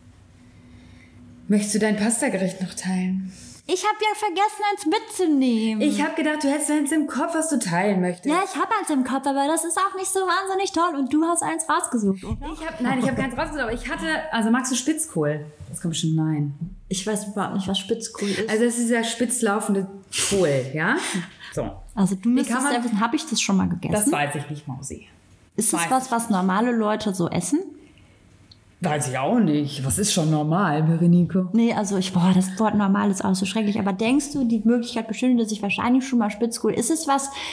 Möchtest du dein Pastagericht noch teilen? Ich habe ja vergessen, eins mitzunehmen. Ich habe gedacht, du hättest eins im Kopf, was du teilen möchtest. Ja, ich habe eins im Kopf, aber das ist auch nicht so wahnsinnig toll. Und du hast eins rausgesucht, oder? Ich habe keins rausgesucht, aber ich hatte... Also magst du Spitzkohl? Das kommt bestimmt nein. Ich weiß überhaupt nicht, was Spitzkohl ist. Also das ist dieser spitzlaufende Kohl, ja? So. Also du müsstest ja wissen, habe ich das schon mal gegessen? Das weiß ich nicht, Mausi. Ist das was normale Leute so essen? Weiß ich auch nicht. Was ist schon normal, Berenike? Nee, also das Wort normal ist auch so schrecklich. Aber denkst du, die Möglichkeit bestünde, dass ich wahrscheinlich schon mal Spitzkohl... Ist es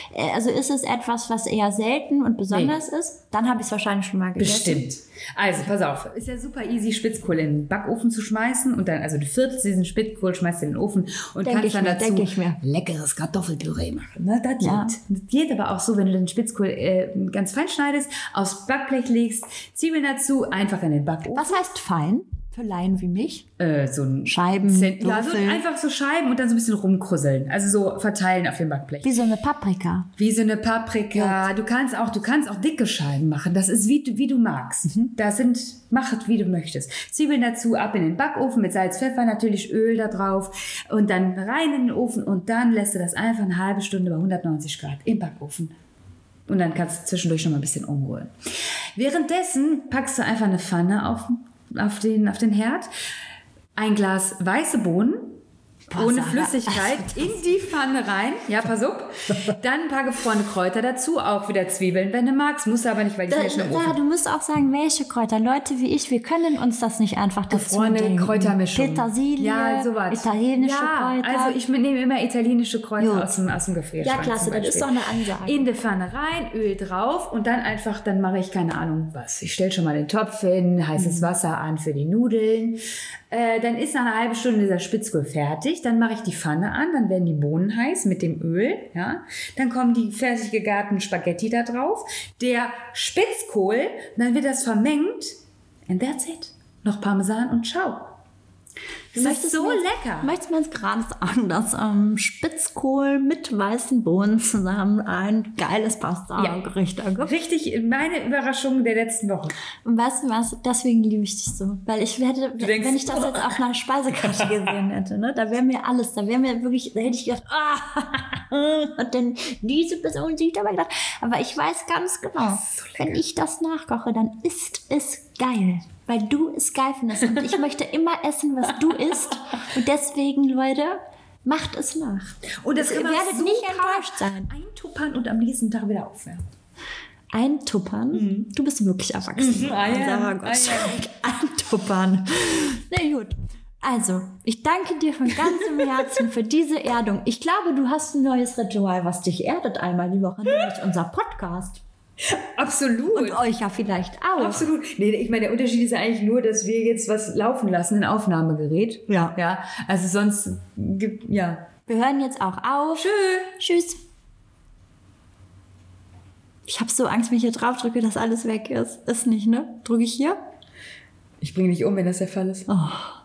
etwas, was eher selten und besonders ist? Dann habe ich es wahrscheinlich schon mal gegessen. Bestimmt. Also, pass auf. Ist ja super easy, Spitzkohl in den Backofen zu schmeißen. Und dann, also du viertelst diesen Spitzkohl, schmeißt in den Ofen und kannst dann dazu leckeres Kartoffelpüree machen. Na, das geht aber auch so, wenn du den Spitzkohl ganz fein schneidest, aufs Backblech legst, Zwiebeln dazu, einfach in den Backofen. Was heißt fein? Für Laien wie mich. So ein Scheiben, ja, so Würfel. einfach so Scheiben und dann so ein bisschen rumkrusseln. Also so verteilen auf dem Backblech. Wie so eine Paprika. Wie so eine Paprika. Du kannst auch dicke Scheiben machen. Das ist wie du magst. Mach es, wie du möchtest. Zwiebeln dazu, ab in den Backofen mit Salz, Pfeffer, natürlich Öl da drauf und dann rein in den Ofen und dann lässt du das einfach eine halbe Stunde bei 190 Grad im Backofen. Und dann kannst du zwischendurch noch mal ein bisschen umrühren. Währenddessen packst du einfach eine Pfanne auf den Herd, ein Glas weiße Bohnen, ohne Flüssigkeit, in die Pfanne rein. Ja, pass auf. Dann ein paar gefrorene Kräuter dazu, auch wieder Zwiebeln, wenn du magst. Musst du aber nicht, weil die sind ja schon im Ofen. Ja, du musst auch sagen, welche Kräuter. Leute wie ich, wir können uns das nicht einfach dazu Gefrorene denken. Kräutermischung. Petersilie, ja, sowas. italienische Kräuter. Also ich nehme immer italienische Kräuter aus dem Gefrierschrank. Ja, klasse, zum das ist Beispiel. doch eine Ansage. In die Pfanne rein, Öl drauf und dann mache ich keine Ahnung was. Ich stelle schon mal den Topf hin, heißes Wasser an für die Nudeln. Dann ist nach einer halben Stunde dieser Spitzkohl fertig. Dann mache ich die Pfanne an, dann werden die Bohnen heiß mit dem Öl. Ja? Dann kommen die fertig gegarten Spaghetti da drauf. Der Spitzkohl, dann wird das vermengt. And that's it. Noch Parmesan und ciao. Das ist so lecker. Möchtest du mir jetzt gerade sagen, dass Spitzkohl mit weißen Bohnen zusammen ein geiles Pasta-Gericht ergibt? Richtig, meine Überraschung der letzten Woche. Und weißt du was? Deswegen liebe ich dich so. Weil ich wenn ich das jetzt auf einer Speisekarte gesehen hätte, ne, da wäre mir alles, da hätte ich gedacht, und dann diese Person sieht aber gedacht, aber ich weiß ganz genau, wenn ich das nachkoche, dann ist es geil. Weil du es geil findest und ich möchte immer essen, was du isst. Und deswegen, Leute, macht es nach. Und das ihr werdet nicht enttäuscht sein. Eintuppern und am nächsten Tag wieder aufwärmen. Eintuppern? Du bist wirklich erwachsen. Eintuppern. Na gut. Also, ich danke dir von ganzem Herzen für diese Erdung. Ich glaube, du hast ein neues Ritual, was dich erdet einmal die Woche, nämlich unser Podcast. Absolut. Und euch ja vielleicht auch. Absolut. Nee, ich meine, der Unterschied ist eigentlich nur, dass wir jetzt was laufen lassen, ein Aufnahmegerät. Ja. Also sonst Wir hören jetzt auch auf. Tschüss. Ich habe so Angst, wenn ich hier drauf drücke, dass alles weg ist. Ist nicht, ne? Drücke ich hier? Ich bringe dich um, wenn das der Fall ist. Oh.